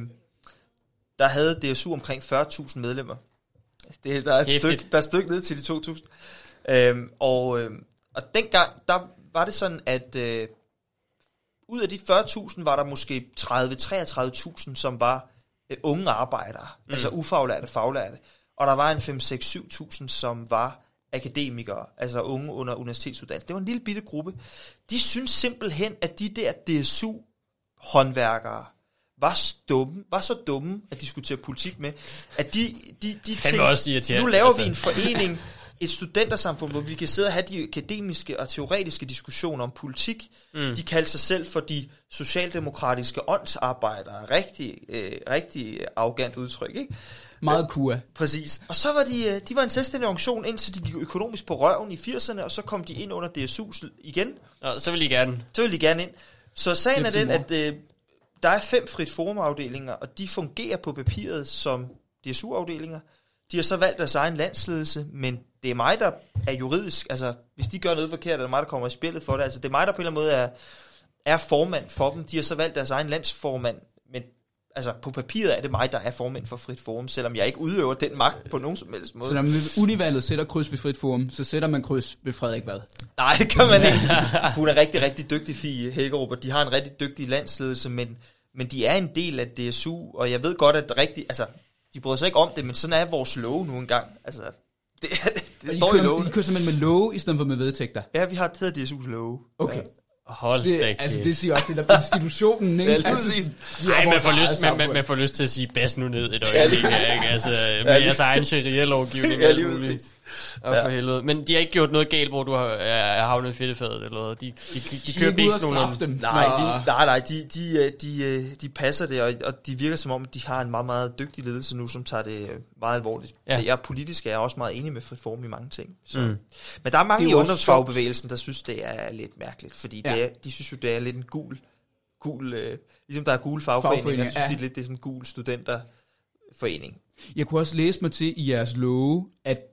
der havde D S U omkring fyrre tusind medlemmer. Det, der, er et stykke, der er et stykke ned til de to tusind. Øhm, og, øh, og dengang, der var det sådan, at øh, ud af de fyrre tusind var der måske tredive til treogtredive tusind, som var øh, unge arbejdere, mm. altså ufaglærte, faglærte. Og der var en fem seks syv tusind, som var akademikere, altså unge under universitetsuddannelse. Det var en lille bitte gruppe. De synes simpelthen, at de der D S U-håndværkere var, dumme, var så dumme, at de skulle til politik med, at de, de, de tænkte, nu laver altså. vi en forening, et studentersamfund, hvor vi kan sidde og have de akademiske og teoretiske diskussioner om politik. Mm. De kaldte sig selv for de socialdemokratiske åndsarbejdere. Rigtig, øh, rigtig arrogant udtryk, ikke? Meget kua. Præcis. Og så var de, de var en selvstændig organisation, indtil de gik økonomisk på røven i firserne, og så kom de ind under D S U igen. Nå, så vil de gerne. Så vil de gerne ind. Så sagen er den, at øh, der er fem Frit Forum-afdelinger, og de fungerer på papiret som D S U-afdelinger. De har så valgt deres egen landsledelse, men det er mig, der er juridisk, altså hvis de gør noget forkert, er det mig, der kommer i spillet for det. Altså det er mig, der på en eller anden måde er, er formand for dem. De har så valgt deres egen landsformand, men altså på papiret er det mig, der er formand for Frit Forum, selvom jeg ikke udøver den magt på nogen som helst måde. Så når man univalget sætter kryds ved Frit Forum, så sætter man kryds ved Frederik Vad? Nej, det kan man ikke. Hun er rigtig, rigtig dygtig, Fie Hækkerup, og de har en rigtig dygtig landsledelse, men, men de er en del af D S U, og jeg ved godt, at rigtig, altså de bryder sig ikke om det, men sådan er vores love nu engang. Altså, det, det, det står kører, i loven. I kører simpelthen med love, i stedet for med vedtægter? Ja, vi har det hedder D S U's love. Okay. Ja. Hold det, da altså det siger også det der institutionen, ikke? Ja, altså, Ej, man får, lyst, man, man, man får lyst til at sige, bas nu ned et øjeblik, ja, ikke? Altså, med ja, jeres egen sharia-lovgivning ja, og alt muligt. Og for helvede. Men de har ikke gjort noget galt, hvor du har, er havnet i fedtefadet, eller noget. De, de, de, de kører bedst nogle dem. Nej, de, nej, nej, de, de, de, de passer det, og, og de virker som om, de har en meget, meget dygtig ledelse nu, som tager det meget alvorligt. Ja. Jeg politisk er jeg også meget enig med Frit Forum i mange ting. Så. Mm. Men der er mange er i ungdomsfagbevægelsen, der synes, det er lidt mærkeligt, fordi ja. det er, de synes jo, det er lidt en gul, gul øh, ligesom der er gule fagforeninger, jeg synes, ja. de lidt, det er sådan en gul studenterforening. Jeg kunne også læse mig til i jeres love, at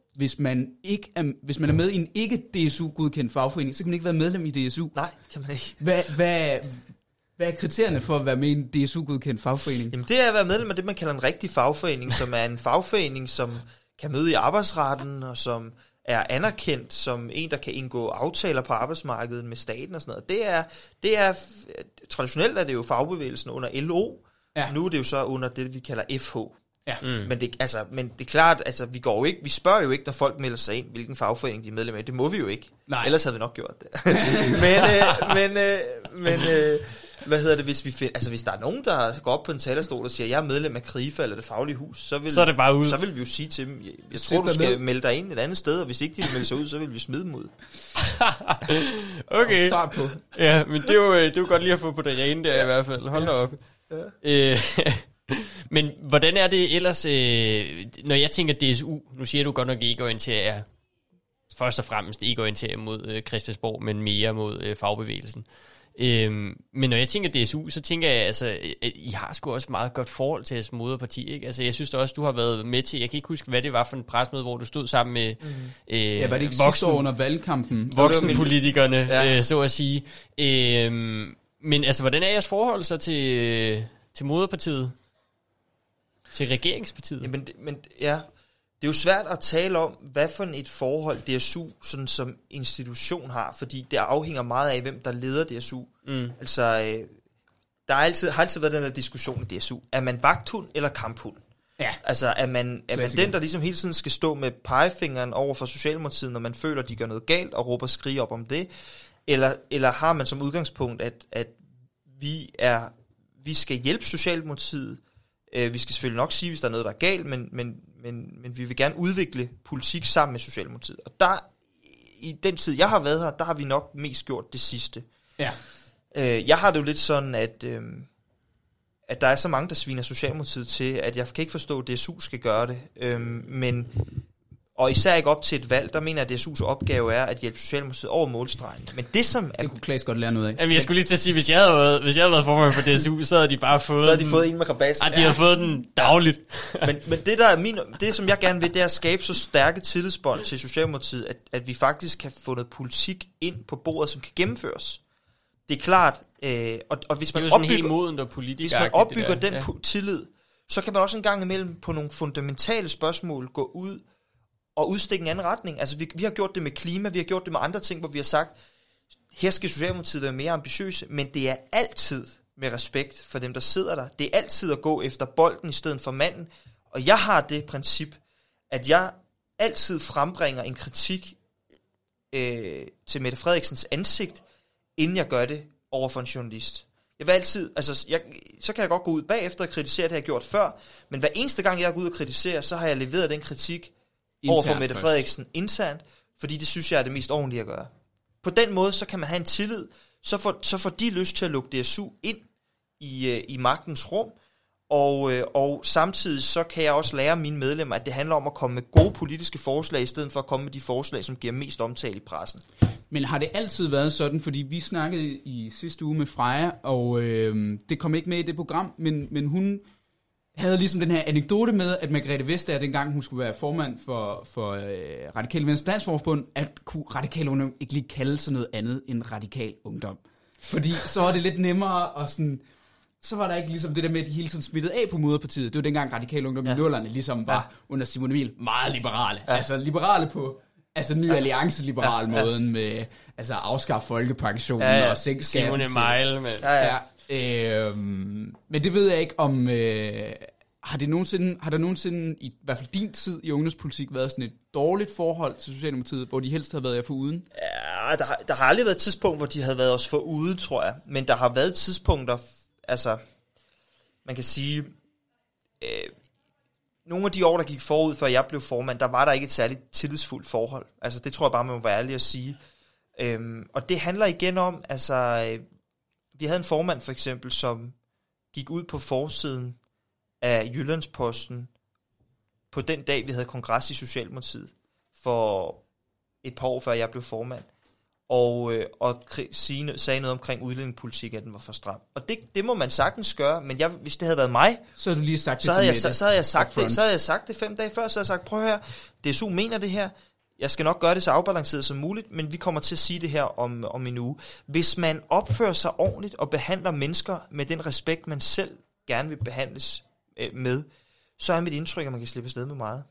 hvis man, ikke er, hvis man er med i en ikke-D S U-godkendt fagforening, så kan man ikke være medlem i D S U. Nej, kan man ikke. Hvad, hvad, hvad er kriterierne for at være med i en D S U-godkendt fagforening? Jamen det er at være medlem af det, man kalder en rigtig fagforening, som er en fagforening, som kan møde i arbejdsretten, og som er anerkendt som en, der kan indgå aftaler på arbejdsmarkedet med staten og sådan noget. Det er, det er traditionelt er det jo fagbevægelsen under L O. Ja. Nu er det jo så under det, vi kalder F H. Ja. Mm. Men, det, altså, men det er klart, altså, vi, går jo ikke, vi spørger jo ikke, når folk melder sig ind, hvilken fagforening de er medlem af. Det må vi jo ikke. Nej. Ellers havde vi nok gjort det. men øh, men, øh, men øh, hvad hedder det, hvis, vi find, altså, hvis der er nogen, der går op på en talerstol og siger, jeg er medlem af Krifa eller Det Faglige Hus, så vil, så er det bare ud. Så vil vi jo sige til dem, jeg, jeg tror, du skal med. melde dig ind et andet sted, og hvis ikke de vil melde sig ud, så vil vi smide dem ud. Okay. Start på. Ja, men det er, jo, det er jo godt lige at få på det rene der ja. i hvert fald. Hold da op. Ja. Øh, men hvordan er det ellers, øh, når jeg tænker D S U, nu siger du godt nok ikke orienterer, først og fremmest ikke orienterer mod øh, Christiansborg, men mere mod øh, fagbevægelsen. Øhm, men når jeg tænker D S U, så tænker jeg, altså, at I har sgu også meget godt forhold til jeres moderparti, ikke? Altså, jeg synes da også, du har været med til, jeg kan ikke huske, hvad det var for en presmøde, hvor du stod sammen med mm. øh, ja, var det ikke voksen, under valgkampen? Voksenpolitikerne, ja. øh, så at sige. Øhm, men altså, hvordan er jeres forhold så til, øh, til moderpartiet? Til regeringspartiet? Jamen, men ja, det er jo svært at tale om, hvad for et forhold D S U sådan som institution har, fordi det afhænger meget af, hvem der leder D S U. Mm. Altså, øh, der har altid, har altid været den her diskussion i D S U. Er man vagthund eller kamphund? Ja. Altså, er man, er man den, der ligesom hele tiden skal stå med pegefingeren over for Socialdemokratiet, når man føler, at de gør noget galt, og råber og skriger op om det? Eller, eller har man som udgangspunkt, at, at vi, er, vi skal hjælpe Socialdemokratiet? Vi skal selvfølgelig nok sige, hvis der er noget, der er galt, men, men, men, men vi vil gerne udvikle politik sammen med Socialdemokratiet. Og der, i den tid, jeg har været her, der har vi nok mest gjort det sidste. Ja. Jeg har det jo lidt sådan, at, at der er så mange, der sviner Socialdemokratiet til, at jeg kan ikke forstå, at D S U skal gøre det. Men, og især ikke op til et valg, der mener jeg, at D S U's opgave er at hjælpe Socialdemokratiet over målstregen. Men det som er... Det kunne Klaas godt lære noget af. Jamen, jeg skulle lige til at sige, hvis jeg havde været, hvis jeg havde været formand for D S U, så havde de bare fået... Så havde de fået en med krabassen. Ah, de ja. havde fået den dagligt. men, men det, der er min, det, som jeg gerne vil, det er at skabe så stærke tillidsbånd til Socialdemokratiet, at, at vi faktisk kan få noget politik ind på bordet, som kan gennemføres. Det er klart, øh, og, og hvis man opbygger, hvis man opbygger den ja. tillid, så kan man også en gang imellem på nogle fundamentale spørgsmål gå ud og udstikke en anden retning. Altså vi, vi har gjort det med klima, vi har gjort det med andre ting, hvor vi har sagt, her skal Socialdemokratiet være mere ambitiøse, men det er altid med respekt for dem, der sidder der. Det er altid at gå efter bolden i stedet for manden. Og jeg har det princip, at jeg altid frembringer en kritik øh, til Mette Frederiksens ansigt, inden jeg gør det over for en journalist. Jeg vil altid, altså, jeg, så kan jeg godt gå ud bagefter og kritisere det, jeg har gjort før, men hver eneste gang, jeg er gået ud og kritisere, så har jeg leveret den kritik over for Mette Frederiksen internt, fordi det synes jeg er det mest ordentlige at gøre. På den måde, så kan man have en tillid, så får, så får de lyst til at lukke D S U ind i, i magtens rum, og, og samtidig så kan jeg også lære mine medlemmer, at det handler om at komme med gode politiske forslag, i stedet for at komme med de forslag, som giver mest omtale i pressen. Men har det altid været sådan, fordi vi snakkede i sidste uge med Freja, og øh, det kom ikke med i det program, men, men hun havde ligesom den her anekdote med, at Margrethe Vestager, dengang hun skulle være formand for, for øh, Radikale Venstre Landsforbund, at kunne Radikal Ungdom ikke lige kalde sig noget andet end Radikal Ungdom. Fordi så var det lidt nemmere, og sådan, så var der ikke ligesom det der med, at de hele tiden smittede af på moderpartiet. Det var dengang Radikal Ungdom ja. i nullerne ligesom var ja. under Simon Emil meget liberale. Ja. Altså liberale på altså ny alliance-liberal ja. måden ja. med altså afskaffe folkepensionen ja, ja. og sænke skatten. Simon Emil med. Ja, ja. Øh, men det ved jeg ikke om øh, har det nogensinde har der nogensinde i, i hvert fald din tid i ungdomspolitik været sådan et dårligt forhold til Socialdemokratiet, hvor de helst havde været jer for uden? Ja, der har, der har aldrig været et tidspunkt, hvor de havde været os for ude, tror jeg. Men der har været tidspunkter, altså man kan sige, øh, nogle af de år, der gik forud, før jeg blev formand, der var der ikke et særligt tillidsfuldt forhold. Altså det tror jeg bare, man må være ærlig at sige. Øhm, og det handler igen om, altså øh, vi havde en formand for eksempel, som gik ud på forsiden af Jyllandsposten på den dag, vi havde kongres i Socialdemokratiet, for et par år før jeg blev formand, og, øh, og sige, sagde noget omkring udlændingepolitik, at den var for stram. Og det, det må man sagtens gøre, men jeg, hvis det havde været mig, så, du lige sagt det så, havde jeg, så, så, havde jeg sagt upfront. det, så havde jeg sagt det fem dage før, så havde jeg sagt, prøv her, D S U mener det her, jeg skal nok gøre det så afbalanceret som muligt, men vi kommer til at sige det her om, om en uge. Hvis man opfører sig ordentligt og behandler mennesker med den respekt, man selv gerne vil behandles øh, med, så er mit indtryk, at man kan slippe afsted med meget.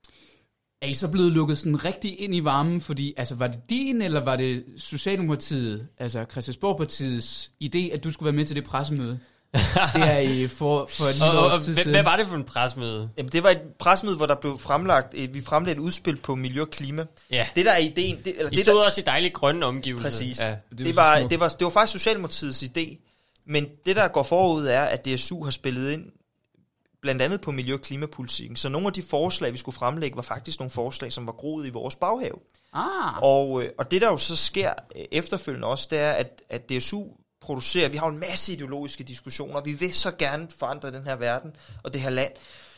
Er I så blevet lukket sådan rigtig ind i varmen, fordi altså, var det din, eller var det Socialdemokratiet, altså Christiansborg-partiets idé, at du skulle være med til det pressemøde? Det er I for, for et lille og, års og, tid hvad, siden. hvad var det for en pressemøde? Jamen, det var et pressemøde, hvor der blev fremlagt, et, vi fremlagde et udspil på miljø og klima. Ja. Det der er ideen... Det, eller I det, stod der, også i dejlige grønne omgivelser. Præcis. Ja. Det, det, var, det, var, det var faktisk Socialdemokratiets idé, men det der går forud er, at D S U har spillet ind blandt andet på miljø- og klimapolitikken. Så nogle af de forslag, vi skulle fremlægge, var faktisk nogle forslag, som var groet i vores baghave. Ah. Og, og det der jo så sker efterfølgende også, det er, at, at D S U producerer, vi har jo en masse ideologiske diskussioner, vi vil så gerne forandre den her verden og det her land,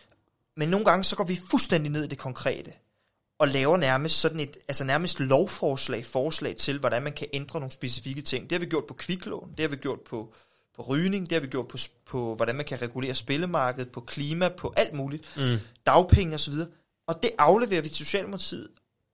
men nogle gange så går vi fuldstændig ned i det konkrete, og laver nærmest sådan et, altså nærmest lovforslag, forslag til, hvordan man kan ændre nogle specifikke ting. Det har vi gjort på kviklån, det har vi gjort på på rygning, det har vi gjort på, på, hvordan man kan regulere spillemarkedet, på klima, på alt muligt, mm. dagpenge osv. Og det afleverer vi til Socialdemokratiet,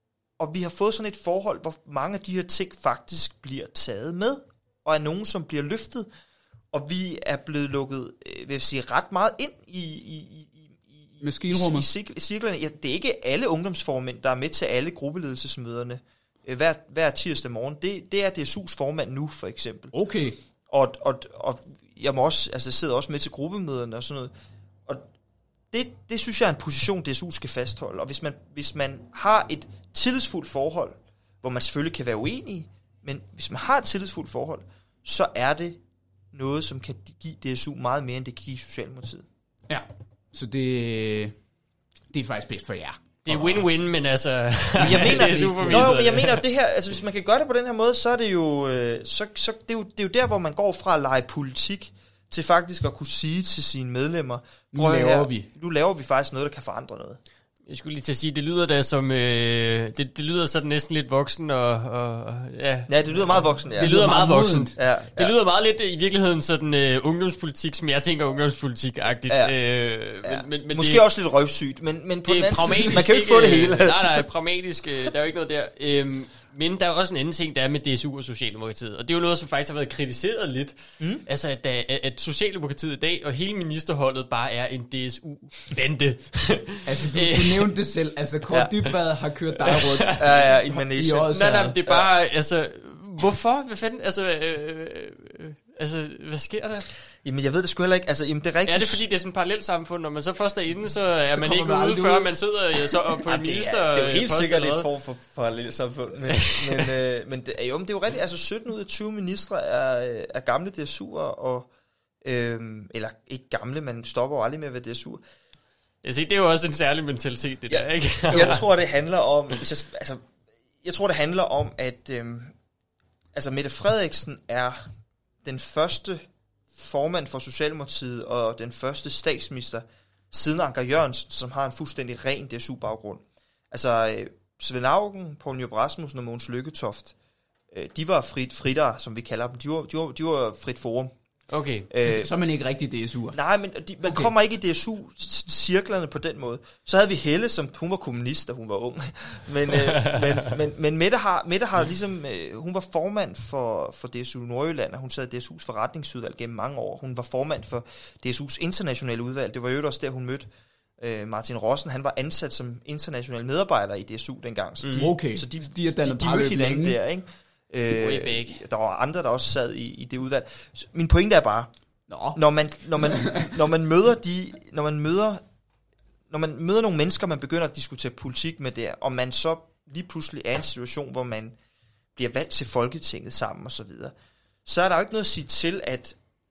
og vi har fået sådan et forhold, hvor mange af de her ting faktisk bliver taget med, og er nogen, som bliver løftet, og vi er blevet lukket, vil jeg sige, ret meget ind i, i, i, i, maskinrummet. i, i cirklerne. Ja, det er ikke alle ungdomsformænd, der er med til alle gruppeledelsesmøderne hver, hver tirsdag morgen. Det, det er D S U's formand nu, for eksempel. Okay. Og, og, og jeg må også, altså sidder også med til gruppemøderne og sådan noget. Og det, det synes jeg er en position, D S U skal fastholde. Og hvis man, hvis man har et tillidsfuldt forhold, hvor man selvfølgelig kan være uenig, men hvis man har et tillidsfuldt forhold, så er det noget, som kan give D S U meget mere, end det kan give Socialdemokratiet. Ja, så det, det er faktisk bedst for jer. Det er win-win, men altså... Men jeg mener, det er super nå, men jeg mener, at det her, altså hvis man kan gøre det på den her måde, så er det jo, øh, så, så det er jo, det er jo der, hvor man går fra at lege politik, til faktisk at kunne sige til sine medlemmer, nu laver her, vi. Nu laver vi faktisk noget, der kan forandre noget. Jeg skulle lige til at sige, det lyder da som, øh, det, det lyder sådan næsten lidt voksen, og, og ja. Ja, det lyder meget voksen, ja. Det lyder meget voksen. Ja, ja. Det lyder meget lidt i virkeligheden sådan øh, ungdomspolitik, som jeg tænker ungdomspolitik-agtigt. Ja. Øh, ja. men, men, men Måske det, også lidt røvsygt, men, men på den anden side, man kan jo ikke få det hele. Nej, nej, pragmatisk, øh, der er jo ikke noget der. Øh, men der er også en anden ting, der er med D S U og Socialdemokratiet. Og det er jo noget, som faktisk har været kritiseret lidt. Mm. Altså, at, at Socialdemokratiet i dag og hele ministerholdet bare er en D S U-bande. Altså, du, du nævnte det selv. Altså, Kåre ja. Dybvad har kørt dig rundt. Ja, ja, i manege. Nej, nej, det er bare, ja. altså... Hvorfor? Hvad fanden? Altså, øh, øh, altså, hvad sker der? Jamen, jeg ved det sgu heller ikke. Altså, jamen, det er rigtigt. Er det fordi, det er sådan et parallelt samfund, når man så først er inde, så er så man ikke man ude, før man sidder ja, så, og på en minister. Det er, det er jo helt sikkert et form for parallelt samfund. Men, men, øh, men det, jo, men det er jo rigtigt. Altså, sytten ud af tyve ministre er, er gamle D S U'er, og, øh, eller ikke gamle, man stopper jo aldrig med at være D S U'er. Jeg siger, det er jo også en særlig mentalitet, det ja, der, ikke? Jeg tror, det handler om... Hvis jeg, altså, jeg tror, det handler om, at... Øh, Altså, Mette Frederiksen er den første formand for Socialdemokratiet og den første statsminister siden Anker Jørgensen, som har en fuldstændig ren D S U-baggrund. Altså, Svend Auken, Poul Nyrup Rasmussen og Mogens Lykketoft, de var frit, fritter, som vi kalder dem. De var, de var, de var frit forum. Okay. Øh, så er man ikke rigtig D S U'er. Nej, men de, man okay. kommer ikke i D S U-cirklerne på den måde. Så havde vi Helle, som hun var kommunist, da hun var ung. men, øh, men, men, men Mette har, Mette har ligesom, øh, hun var formand for, for D S U Nordjylland, og hun sad i D S U's forretningsudvalg gennem mange år. Hun var formand for D S U's internationale udvalg. Det var jo også der, hun mødte øh, Martin Rossen. Han var ansat som international medarbejder i D S U dengang. Så de, okay. så de, de, de, de, de mødte hinanden der, ikke? Øh, der var andre, der også sad i, i det udvalg. Min pointe er bare, Nå. når man når man når man møder de når man møder når man møder nogle mennesker, man begynder at diskutere politik med der, og man så lige pludselig er i en situation, hvor man bliver valgt til Folketinget sammen og så videre, så er der jo ikke noget at sige til, at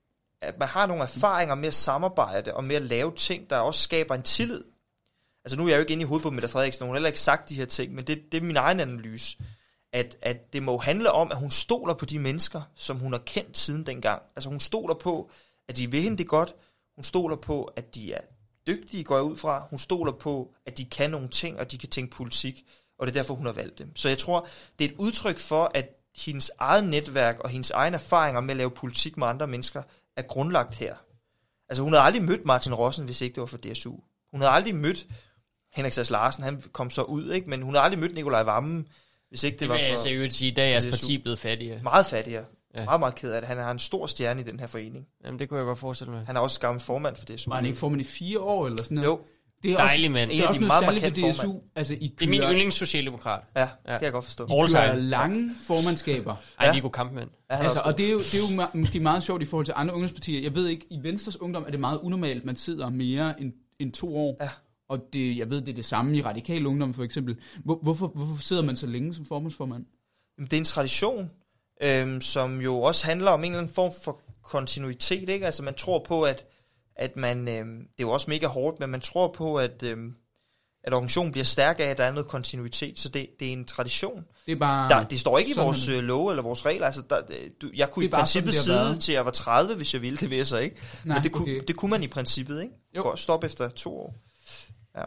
at man har nogle erfaringer med at samarbejde og med at lave ting, der også skaber en tillid. Altså nu er jeg jo ikke inde i hovedet på Mette Frederiksen, hun har heller ikke sagt de her ting, men det, det er min egen analyse. At, at det må handle om, at hun stoler på de mennesker, som hun har kendt siden dengang. Altså hun stoler på, at de vil hende det godt. Hun stoler på, at de er dygtige, går jeg ud fra. Hun stoler på, at de kan nogle ting, og de kan tænke politik. Og det er derfor, hun har valgt dem. Så jeg tror, det er et udtryk for, at hendes eget netværk og hendes egen erfaringer med at lave politik med andre mennesker er grundlagt her. Altså hun havde aldrig mødt Martin Rossen, hvis ikke det var for D S U. Hun havde aldrig mødt Henrik Sass Larsen, han kom så ud, ikke? Men hun havde aldrig mødt Nikolaj Wammen, hvis ikke det, det var for... Det vil jeg seriøst sige, i dag er jeres parti blevet fattigere. Meget fattigere. Ja. Meget, meget ked af det. Han har en stor stjerne i den her forening. Jamen det kunne jeg godt forestille mig. Han er også gammel formand for D S U. Var han ikke formand i fire år eller sådan noget? Jo. Det er dejlig mand. Det er også noget særligt ved D S U. Altså, I det er min yndlingssocialdemokrat. Ja, det kan jeg godt forstå. I kører lange formandskaber. Ej, de er gode kampmænd. Ja, altså, og det er, jo, det er jo ma- måske meget sjovt i forhold til andre ungdomspartier. Jeg ved ikke, i Venstres Ungdom er det meget unormalt, man sidder mere end, end to år. Ja. Og det, jeg ved, det er det samme i Radikal Ungdom for eksempel. Hvor, hvorfor, hvorfor sidder man så længe som formandsformand? Det er en tradition, øhm, som jo også handler om en eller anden form for kontinuitet. Ikke? Altså man tror på, at, at man, øhm, det er jo også mega hårdt, men man tror på, at, øhm, at organisationen bliver stærk af, at der er noget kontinuitet. Så det, det er en tradition. Det, er bare der, det står ikke i vores øh, love eller vores regler. Altså, der, du, jeg kunne i princippet sidde til jeg var tredive, hvis jeg ville, det ved jeg så ikke. Nej, men det, okay. kunne, det kunne man i princippet, ikke? Jo. Gå, stop efter to år. Ja.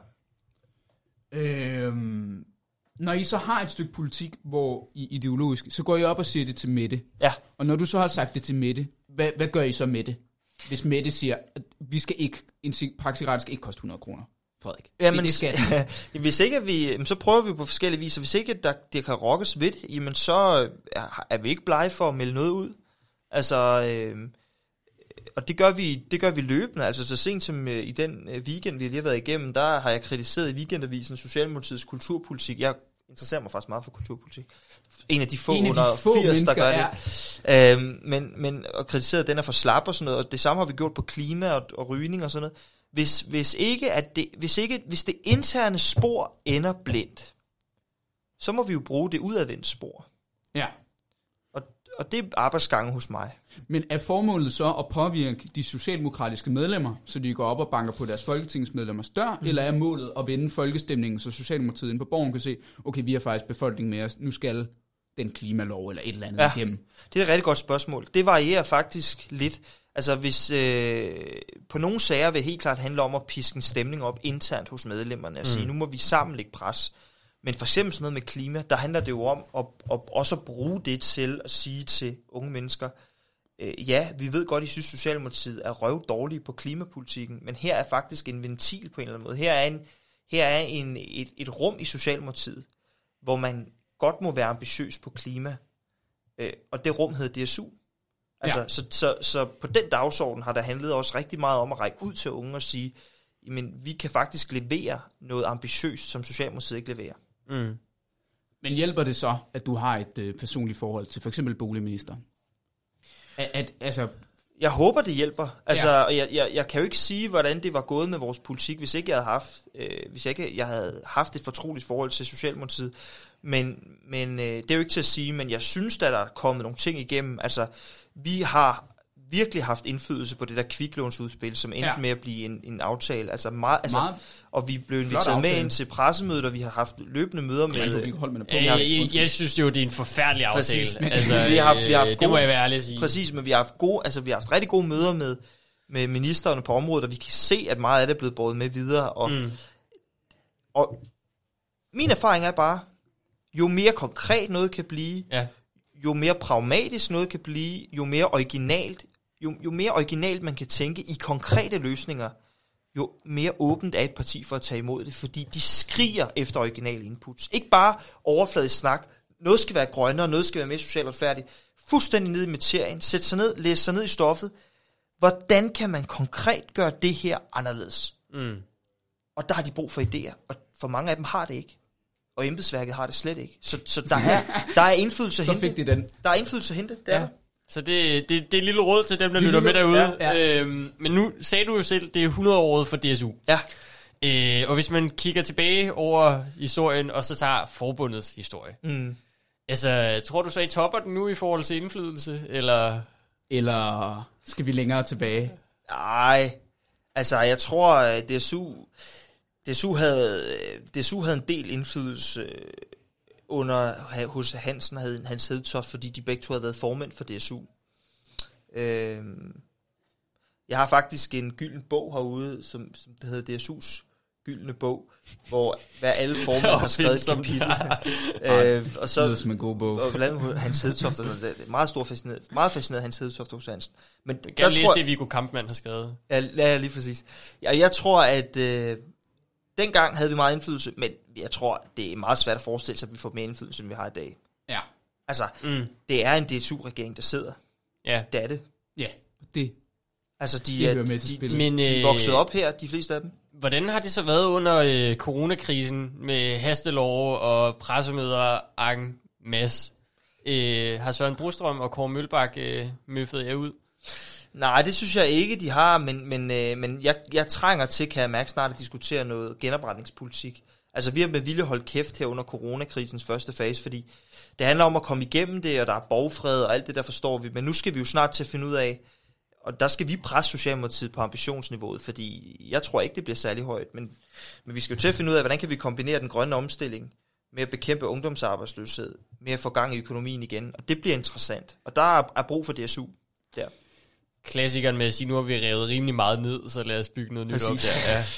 Øhm, når I så har et stykke politik, hvor I ideologisk, så går I op og siger det til Mette. Ja. Og når du så har sagt det til Mette, hvad, hvad gør I så med det? Hvis Mette siger, at vi skal ikke, en praksisret skal ikke koste hundrede kroner, Frederik. Jamen, det skal det. Hvis ikke vi, så prøver vi på forskellige vis, og hvis ikke der, det kan rokkes ved, jamen så er vi ikke blege for at melde noget ud. Altså, øh, og det gør vi, det gør vi løbende. Altså så sent som øh, i den øh, weekend, vi lige har været igennem, der har jeg kritiseret i Weekendavisen Socialdemokratiets kulturpolitik. Jeg interesserer mig faktisk meget for kulturpolitik. En af de få en af under de få firs, der gør er... det. Øhm, men, men og kritiseret, at den er for slap og sådan noget, og det samme har vi gjort på klima og, og rygning og sådan noget. Hvis, hvis, ikke, at det, hvis, ikke, hvis det interne spor ender blindt, så må vi jo bruge det udadvendt spor. Ja. Og, og det er arbejdsgangen hos mig. Men er formålet så at påvirke de socialdemokratiske medlemmer, så de går op og banker på deres folketingsmedlemmers dør, mm. eller er målet at vende folkestemningen, så Socialdemokratiet inde på borgen kan se, okay, vi har faktisk befolkningen med os, nu skal den klimalov eller et eller andet ja, igennem? Det er et rigtig godt spørgsmål. Det varierer faktisk lidt. Altså hvis øh, på nogle sager vil helt klart handle om at piske en stemning op internt hos medlemmerne og sige, mm. nu må vi sammen lægge pres. Men for eksempel sådan noget med klima, der handler det jo om at, at også at bruge det til at sige til unge mennesker, øh, ja, vi ved godt, I synes Socialdemokratiet er røv dårlige på klimapolitikken, men her er faktisk en ventil på en eller anden måde. Her er, en, her er en, et, et rum i Socialdemokratiet, hvor man godt må være ambitiøs på klima, øh, og det rum hedder D S U. Altså, ja. så, så, så på den dagsorden har der handlet også rigtig meget om at række ud til unge og sige, jamen, vi kan faktisk levere noget ambitiøst, som Socialdemokratiet ikke leverer. Mm. Men hjælper det så, at du har et øh, personligt forhold til for eksempel boligministeren? At, at, altså... Jeg håber, det hjælper. Altså, ja. jeg, jeg, jeg kan jo ikke sige, hvordan det var gået med vores politik, hvis ikke jeg havde haft, øh, hvis jeg ikke jeg havde haft et fortroligt forhold til Socialdemokratiet. Men, men øh, det er jo ikke til at sige, men jeg synes, at der er kommet nogle ting igennem. Altså, vi har virkelig haft indflydelse på det der kviklånsudspil, som endte ja. med at blive en, en aftale. Altså meget, altså, meget og vi blev inviteret med ind til pressemødet, og vi har haft løbende møder med... med jeg, jeg, jeg, jeg synes jo, det er en forfærdelig aftale. Præcis. Altså, vi har haft, vi har haft det gode, må jeg være ærlig at sige. Præcis, men vi har haft gode, altså vi har haft rigtig gode møder med, med ministerne på området, og vi kan se, at meget af det er blevet båret med videre. Og, mm. og min erfaring er bare, jo mere konkret noget kan blive, ja. jo mere pragmatisk noget kan blive, jo mere originalt, jo, jo mere originalt man kan tænke i konkrete løsninger, jo mere åbent er et parti for at tage imod det, fordi de skriger efter originale inputs. Ikke bare overfladisk snak, noget skal være grønnere, noget skal være mere socialt retfærdigt. Fuldstændig ned i materien, sæt sig ned, læs sig ned i stoffet. Hvordan kan man konkret gøre det her anderledes? Mm. Og der har de brug for idéer, og for mange af dem har det ikke. Og embedsværket har det slet ikke. Så, så der, er, der er indflydelse at hente. Så fik de den. Der er indflydelse at hente, det er ja. Så det, det, det er et lille råd til dem, der lytter med derude. Ja, ja. Øhm, men nu sagde du jo selv, det er hundrede-året for D S U. Ja. Øh, og hvis man kigger tilbage over historien, og så tager forbundets historie. Mm. Altså, tror du så, I topper den nu i forhold til indflydelse, eller... Eller skal vi længere tilbage? Nej, altså jeg tror, at D S U... D S U havde, D S U havde en del indflydelse under hos Hansen og Hans Hedtoft, fordi de begge to havde været formænd for D S U. Jeg har faktisk en gylden bog herude, som, som det hedder D S U's gyldne bog, hvor hver alle formand har skrevet et kapitel. øh, og så, det som en god bog. Og blandt andet Hans Hedtoft, det er meget, stor fascineret, meget fascineret Hans Hedtoft hos Hansen. Men jeg kan læse det, Viggo Kampmann har skrevet. Ja, ja lige præcis. Ja, jeg tror, at øh, dengang havde vi meget indflydelse, men jeg tror, det er meget svært at forestille sig, at vi får mere indflydelse, end vi har i dag. Ja. Altså, mm. det er en D S U-regering, der sidder. Ja. Det er det. Ja, det. Altså, de, de, er, de, de, men, de er vokset op her, de fleste af dem. Hvordan har det så været under øh, coronakrisen med hastelove og pressemøder en masse? Øh, har Søren Brostrøm og Kåre Mølbak øh, møffet jer ud? Nej, det synes jeg ikke, de har, men, men, øh, men jeg, jeg trænger til, kan jeg mærke snart, at diskutere noget genopretningspolitik. Altså, vi har med vilje holdt kæft her under coronakrisens første fase, fordi det handler om at komme igennem det, og der er borgfred og alt det, der forstår vi. Men nu skal vi jo snart til at finde ud af, og der skal vi presse Socialdemokratiet på ambitionsniveauet, fordi jeg tror ikke, det bliver særlig højt. Men, men vi skal jo til at finde ud af, hvordan kan vi kombinere den grønne omstilling med at bekæmpe ungdomsarbejdsløshed, med at få gang i økonomien igen, og det bliver interessant. Og der er, er brug for D S U der. Klassikeren med at sige, nu har vi revet rimelig meget ned, så lad os bygge noget nyt op der. Ja.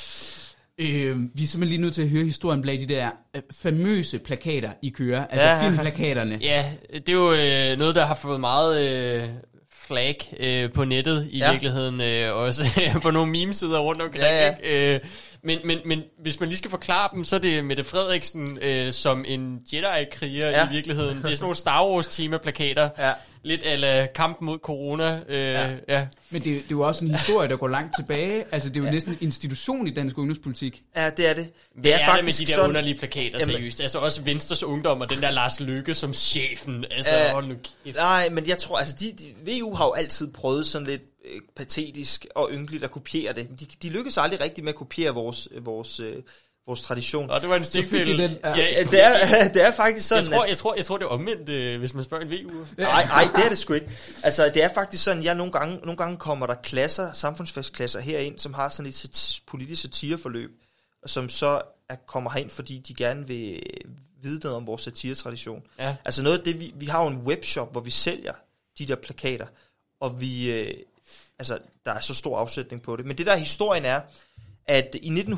Øh, vi er simpelthen lige nødt til at høre historien bag de der øh, famøse plakater, I kører, altså ja. Filmplakaterne. Ja, det er jo øh, noget, der har fået meget øh, flag øh, på nettet i ja. virkeligheden, øh, også på nogle meme-sider rundt omkring. Ja, ja. Øh, men, men, men hvis man lige skal forklare dem, så er det Mette Frederiksen øh, som en Jedi-kriger ja. i virkeligheden. Det er sådan nogle Star Wars-tema-plakater. Ja. Lidt ala kampen mod corona. Øh, ja. Ja. Men det, det er jo også en historie, der går langt tilbage. Altså, det er jo ja. næsten en institution i dansk ungdomspolitik. Ja, det er det. Det er, er faktisk det med de der sådan underlige plakater, jamen, seriøst. Altså også Venstres Ungdom og den der Lars Løkke som chefen. Altså, øh, hold nu kæft. Nej, men jeg tror, altså, de, de, V U har jo altid prøvet sådan lidt øh, patetisk og ynkeligt at kopiere det. De, de lykkes aldrig rigtigt med at kopiere vores, vores øh, vores tradition. Og det var en stikfælde. Den, ja. Ja, det, er, det er faktisk sådan, jeg tror, jeg tror, jeg tror det er omvendt, øh, hvis man spørger en V U. Nej, nej, det er det sgu ikke. Altså, det er faktisk sådan, jeg nogle gange, nogle gange kommer der klasser, samfundsfagsklasser herind, som har sådan et politisk satireforløb, som så er, kommer herind, fordi de gerne vil vide noget om vores satiretradition. Ja. Altså noget af det, vi, vi har jo en webshop, hvor vi sælger de der plakater, og vi, øh, altså, der er så stor afsætning på det. Men det der historien er, at i nitten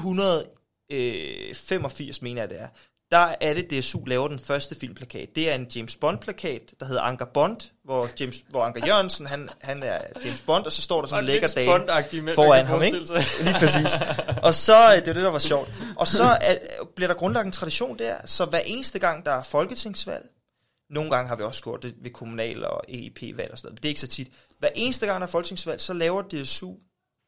femogfirs, mener jeg det er, der er det, D S U laver den første filmplakat. Det er en James Bond-plakat, der hedder Anker Bond, hvor, James, hvor Anker Jørgensen, han, han er James Bond, og så står der sådan en lækker dame foran ham, ikke? Lige præcis. Og så, det er det, der var sjovt. Og så er, bliver der grundlagt en tradition der, så hver eneste gang, der er folketingsvalg, nogle gange har vi også gjort det ved kommunal- og E E P-valg og sådan noget, men det er ikke så tit. Hver eneste gang, der er folketingsvalg, så laver D S U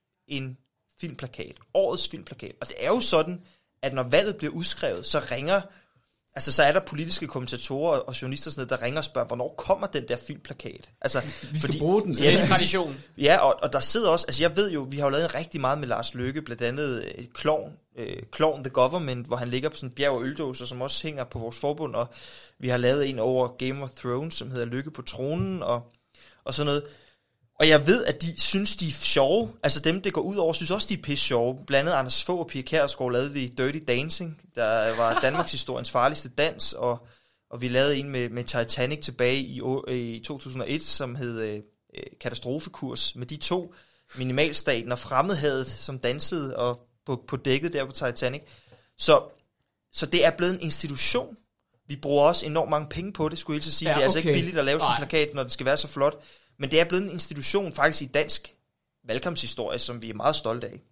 en filmplakat. Årets filmplakat. Og det er jo sådan, at når valget bliver udskrevet, så ringer, altså så er der politiske kommentatorer og journalister sådan noget, der ringer og spørger, hvornår kommer den der filmplakat? Altså, vi skal fordi, bruge den. Ja, det er en tradition. Ja, og, og der sidder også, altså jeg ved jo, vi har jo lavet rigtig meget med Lars Løkke, blandt andet et Klovn, øh, Klovn The Government, hvor han ligger på sådan en bjerg og øldåser, som også hænger på vores forbund, og vi har lavet en over Game of Thrones, som hedder Lykke på tronen, og, og sådan noget. Og jeg ved, at de synes, de er sjove. Altså dem, det går ud over, synes også, de er pisse sjove. Blandt andet Anders Fogh og Pia Kjærsgaard lavede vi Dirty Dancing, der var Danmarks historiens farligste dans, og, og vi lavede en med, med Titanic tilbage i, i to tusind og et, som hed øh, Katastrofekurs, med de to, minimalstaten og fremmedhavet, som dansede og på, på dækket der på Titanic. Så, så det er blevet en institution. Vi bruger også enormt mange penge på det, skulle jeg sige. Ja, det er okay. Altså ikke billigt at lave sådan en plakat, når det skal være så flot. Men det er blevet en institution faktisk i dansk valgkampshistorie, som vi er meget stolte af.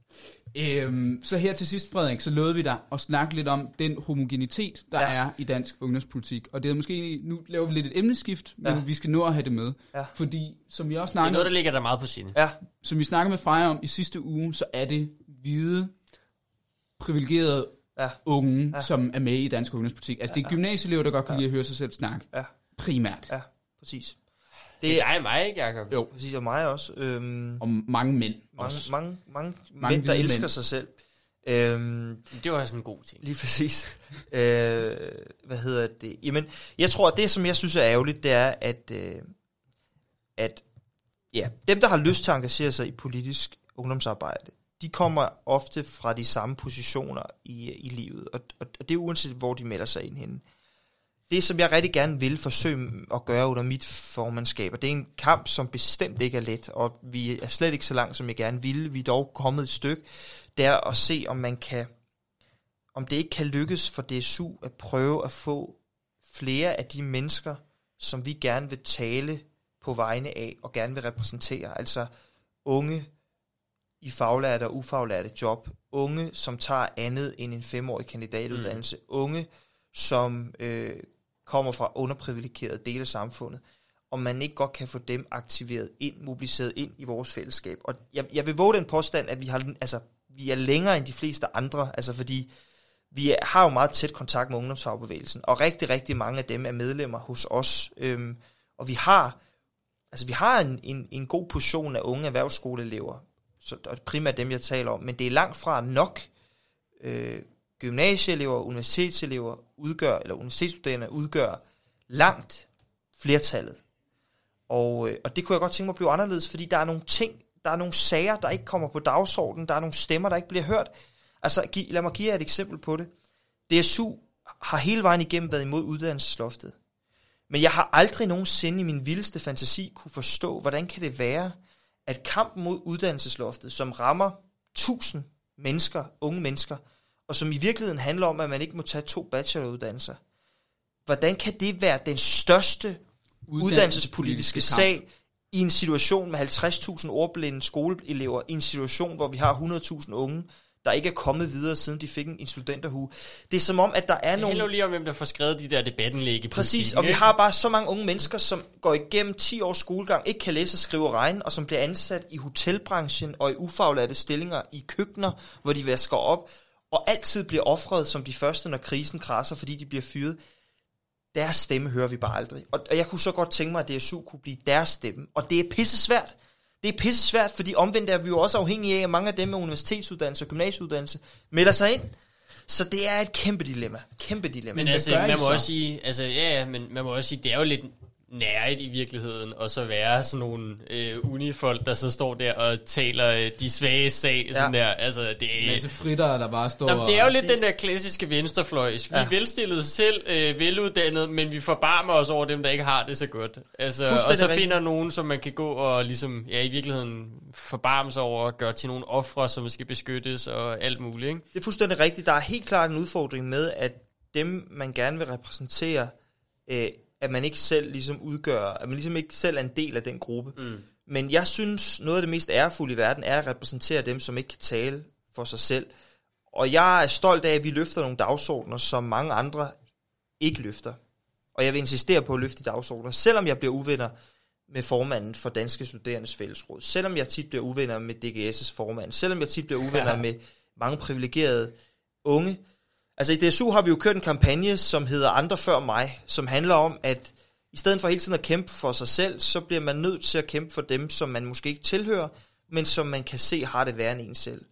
Øhm, så her til sidst, Frederik, så lovede vi dig at snakke lidt om den homogenitet, der ja. er i dansk ungdomspolitik. Og det er måske, nu laver vi lidt et emneskift, men ja. vi skal nå at have det med. Ja. Fordi, som vi også snakker, det er noget, der ligger der meget på sinde. Ja. Som vi snakkede med Freja om i sidste uge, så er det hvide, privilegerede ja. unge, ja. som er med i dansk ungdomspolitik. Altså ja. det er gymnasieelever, der godt kan ja. lide at høre sig selv snakke. Ja. Primært. Ja, præcis. Det, det er dig og mig, ikke, Jacob? Jo. Præcis, og mig også. Øhm, og mange mænd mange, også. Mange, mange, mange mænd, der elsker mænd. sig selv. Øhm, det var også en god ting. Lige præcis. øh, hvad hedder det? Jamen, jeg tror, at det, som jeg synes er ærgerligt, det er, at, øh, at ja, dem, der har lyst til at engagere sig i politisk ungdomsarbejde, de kommer ofte fra de samme positioner i, i livet, og, og, og det er uanset, hvor de melder sig ind henne. Det, som jeg rigtig gerne vil forsøge at gøre under mit formandskab, og det er en kamp, som bestemt ikke er let, og vi er slet ikke så langt, som jeg gerne ville. Vi er dog kommet et stykke, det er at se, om man kan om det ikke kan lykkes for D S U at prøve at få flere af de mennesker, som vi gerne vil tale på vegne af, og gerne vil repræsentere. Altså unge i faglærte og ufaglærte job, unge, som tager andet end en femårig kandidatuddannelse, mm. unge, som øh, kommer fra underprivilegerede dele af samfundet, og man ikke godt kan få dem aktiveret ind, mobiliseret ind i vores fællesskab. Og jeg, jeg vil våge den påstand, at vi, har, altså, vi er længere end de fleste andre, altså fordi vi er, har jo meget tæt kontakt med ungdomsfagbevægelsen, og rigtig, rigtig mange af dem er medlemmer hos os. Øhm, og vi har, altså, vi har en, en, en god portion af unge erhvervsskoleelever, så det er primært dem, jeg taler om, men det er langt fra nok. Øh, gymnasieelever og universitetselever udgør, eller universitetsstuderende udgør langt flertallet. Og, øh, og det kunne jeg godt tænke mig at blive anderledes, fordi der er nogle ting, der er nogle sager, der ikke kommer på dagsordenen, der er nogle stemmer, der ikke bliver hørt. Altså, giv, lad mig give jer et eksempel på det. D S U har hele vejen igennem været imod uddannelsesloftet. Men jeg har aldrig nogensinde i min vildeste fantasi kunne forstå, hvordan kan det være, at kampen mod uddannelsesloftet, som rammer tusind mennesker, unge mennesker, og som i virkeligheden handler om, at man ikke må tage to bacheloruddannelser, hvordan kan det være den største uddannelsespolitiske sag i en situation med halvtreds tusind ordblinde skoleelever, i en situation, hvor vi har hundrede tusind unge, der ikke er kommet videre, siden de fik en studenterhue. Det er som om, at der er nogle... Det handler jo lige om, hvem der får skrevet de der debattenlæg i Præcis, og vi har bare så mange unge mennesker, som går igennem ti års skolegang, ikke kan læse og skrive og regne, og som bliver ansat i hotelbranchen og i ufaglærte stillinger i køkkener, hvor de vasker op, og altid bliver ofret som de første, når krisen krasser, fordi de bliver fyret. Deres stemme hører vi bare aldrig. Og jeg kunne så godt tænke mig, at D S U kunne blive deres stemme. Og det er pisse svært. Det er pisse svært, fordi omvendt er vi jo også afhængige af, at mange af dem med universitetsuddannelse og gymnasieuddannelse melder sig ind. Så det er et kæmpe dilemma. Kæmpe dilemma. Men altså, man må også sige, altså, ja, ja, men man må også sige, det er jo lidt nærigt i virkeligheden, og så være sådan nogle øh, unifolk, der så står der og taler øh, de svage sag, ja. Sådan der, altså det er... Masse fritter, der bare står... Nå, det er jo lidt den der klassiske venstrefløj. Vi ja. er velstillede selv, øh, veluddannede, men vi forbarmer os over dem, der ikke har det så godt. Altså, og så finder nogen, som man kan gå og ligesom, ja, i virkeligheden forbarme sig over og gøre til nogle ofre, som skal beskyttes og alt muligt, ikke? Det er fuldstændig rigtigt. Der er helt klart en udfordring med, at dem, man gerne vil repræsentere, øh, at man ikke selv ligesom udgør, at man ligesom ikke selv er en del af den gruppe. Mm. Men jeg synes, noget af det mest ærefulde i verden er at repræsentere dem, som ikke kan tale for sig selv. Og jeg er stolt af, at vi løfter nogle dagsordner, som mange andre ikke løfter. Og jeg vil insistere på at løfte de dagsordner, selvom jeg bliver uvenner med formanden for Danske Studerendes Fællesråd, selvom jeg tit bliver uvenner med D G S' formand, selvom jeg tit bliver uvenner ja. med mange privilegerede unge. Altså i D S U har vi jo kørt en kampagne, som hedder Andre før mig, som handler om, at i stedet for hele tiden at kæmpe for sig selv, så bliver man nødt til at kæmpe for dem, som man måske ikke tilhører, men som man kan se har det værre end en selv.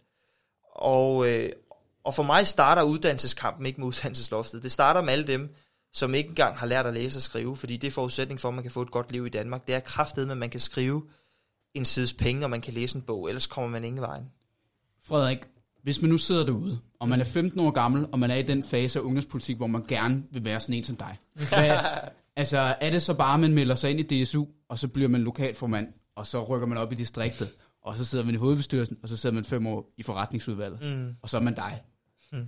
Og, øh, og for mig starter uddannelseskampen ikke med uddannelsesloftet. Det starter med alle dem, som ikke engang har lært at læse og skrive, fordi det er forudsætning for, at man kan få et godt liv i Danmark. Det er kraftedeme, at man kan skrive en sides penge, og man kan læse en bog, ellers kommer man ingen vejen. Frederik, hvis man nu sidder derude, og man er femten år gammel, og man er i den fase af ungdomspolitik, hvor man gerne vil være sådan en som dig. Hvad, altså, er det så bare, at man melder sig ind i D S U, og så bliver man lokalformand, og så rykker man op i distriktet, og så sidder man i hovedbestyrelsen, og så sidder man fem år i forretningsudvalget, mm. og så er man dig? Mm.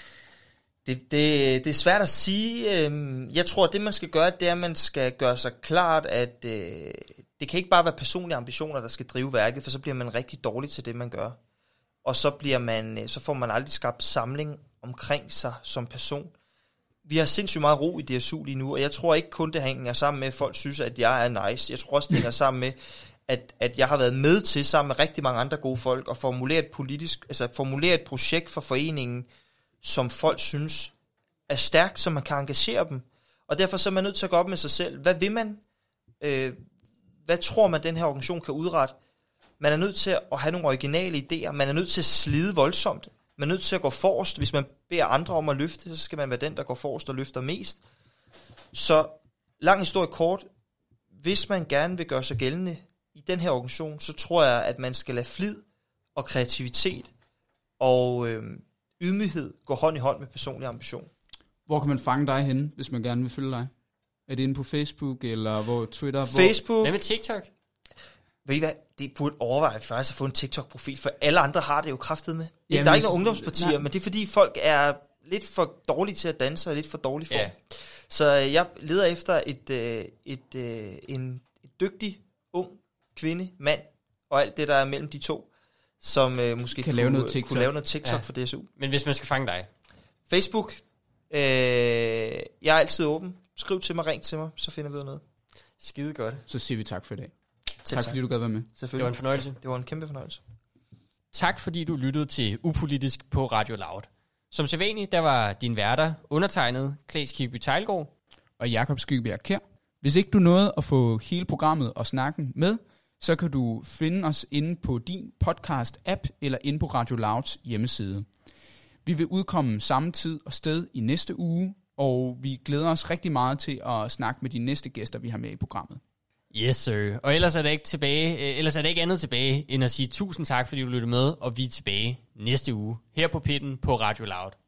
Det, det, det er svært at sige. Jeg tror, at det, man skal gøre, det er, at man skal gøre sig klart, at det kan ikke bare være personlige ambitioner, der skal drive værket, for så bliver man rigtig dårlig til det, man gør. Og så, bliver man, så får man aldrig skabt samling omkring sig som person. Vi har sindssygt meget ro i D S U lige nu, og jeg tror ikke kun, det hænger sammen med, at folk synes, at jeg er nice. Jeg tror også, det hænger sammen med, at, at jeg har været med til, sammen med rigtig mange andre gode folk, at formulere et, politisk, altså formulere et projekt for foreningen, som folk synes er stærkt, så man kan engagere dem. Og derfor så er man nødt til at gå op med sig selv. Hvad vil man? Øh, hvad tror man, den her organisation kan udrette? Man er nødt til at have nogle originale idéer. Man er nødt til at slide voldsomt. Man er nødt til at gå forrest. Hvis man beder andre om at løfte, så skal man være den, der går forrest og løfter mest. Så lang historie kort. Hvis man gerne vil gøre sig gældende i den her organisation, så tror jeg, at man skal lade flid og kreativitet og øh, ydmyghed gå hånd i hånd med personlig ambition. Hvor kan man fange dig henne, hvis man gerne vil følge dig? Er det inde på Facebook, eller hvor Twitter? Facebook. Hvad med TikTok? Ved I hvad? Det burde overveje faktisk at få en TikTok-profil, for alle andre har det jo kraftet med. Jamen, der er ikke nogen ungdomspartier, ja. Men det er fordi folk er lidt for dårlig til at danse og lidt for dårlig form. Ja. Så øh, jeg leder efter et, øh, et, øh, en et dygtig, ung kvinde, mand og alt det, der er mellem de to, som øh, måske Kan kunne lave noget kunne TikTok. lave noget TikTok Ja. for D S U. Men hvis man skal fange dig. Facebook. Øh, jeg er altid åben. Skriv til mig, ring til mig, så finder vi noget. Skide godt. Så siger vi tak for i dag. Selv Tak fordi du gad være med. Det Selvfølgelig. var en fornøjelse. Det var en kæmpe fornøjelse. Tak fordi du lyttede til Upolitisk på Radio Loud. Som sædvanligt, der var din værter undertegnet Claes Kirkeby Teglgaard. Og Jakob Skyggebjerg Kjær. Hvis ikke du nåede at få hele programmet og snakken med, så kan du finde os inde på din podcast-app eller inde på Radio Louds hjemmeside. Vi vil udkomme samme tid og sted i næste uge, og vi glæder os rigtig meget til at snakke med de næste gæster, vi har med i programmet. Yes, sir. Og ellers er der ikke tilbage, øh, ellers er der ikke andet tilbage, end at sige tusind tak, fordi du lyttede med, og vi er tilbage næste uge her på Pitten på Radio Loud.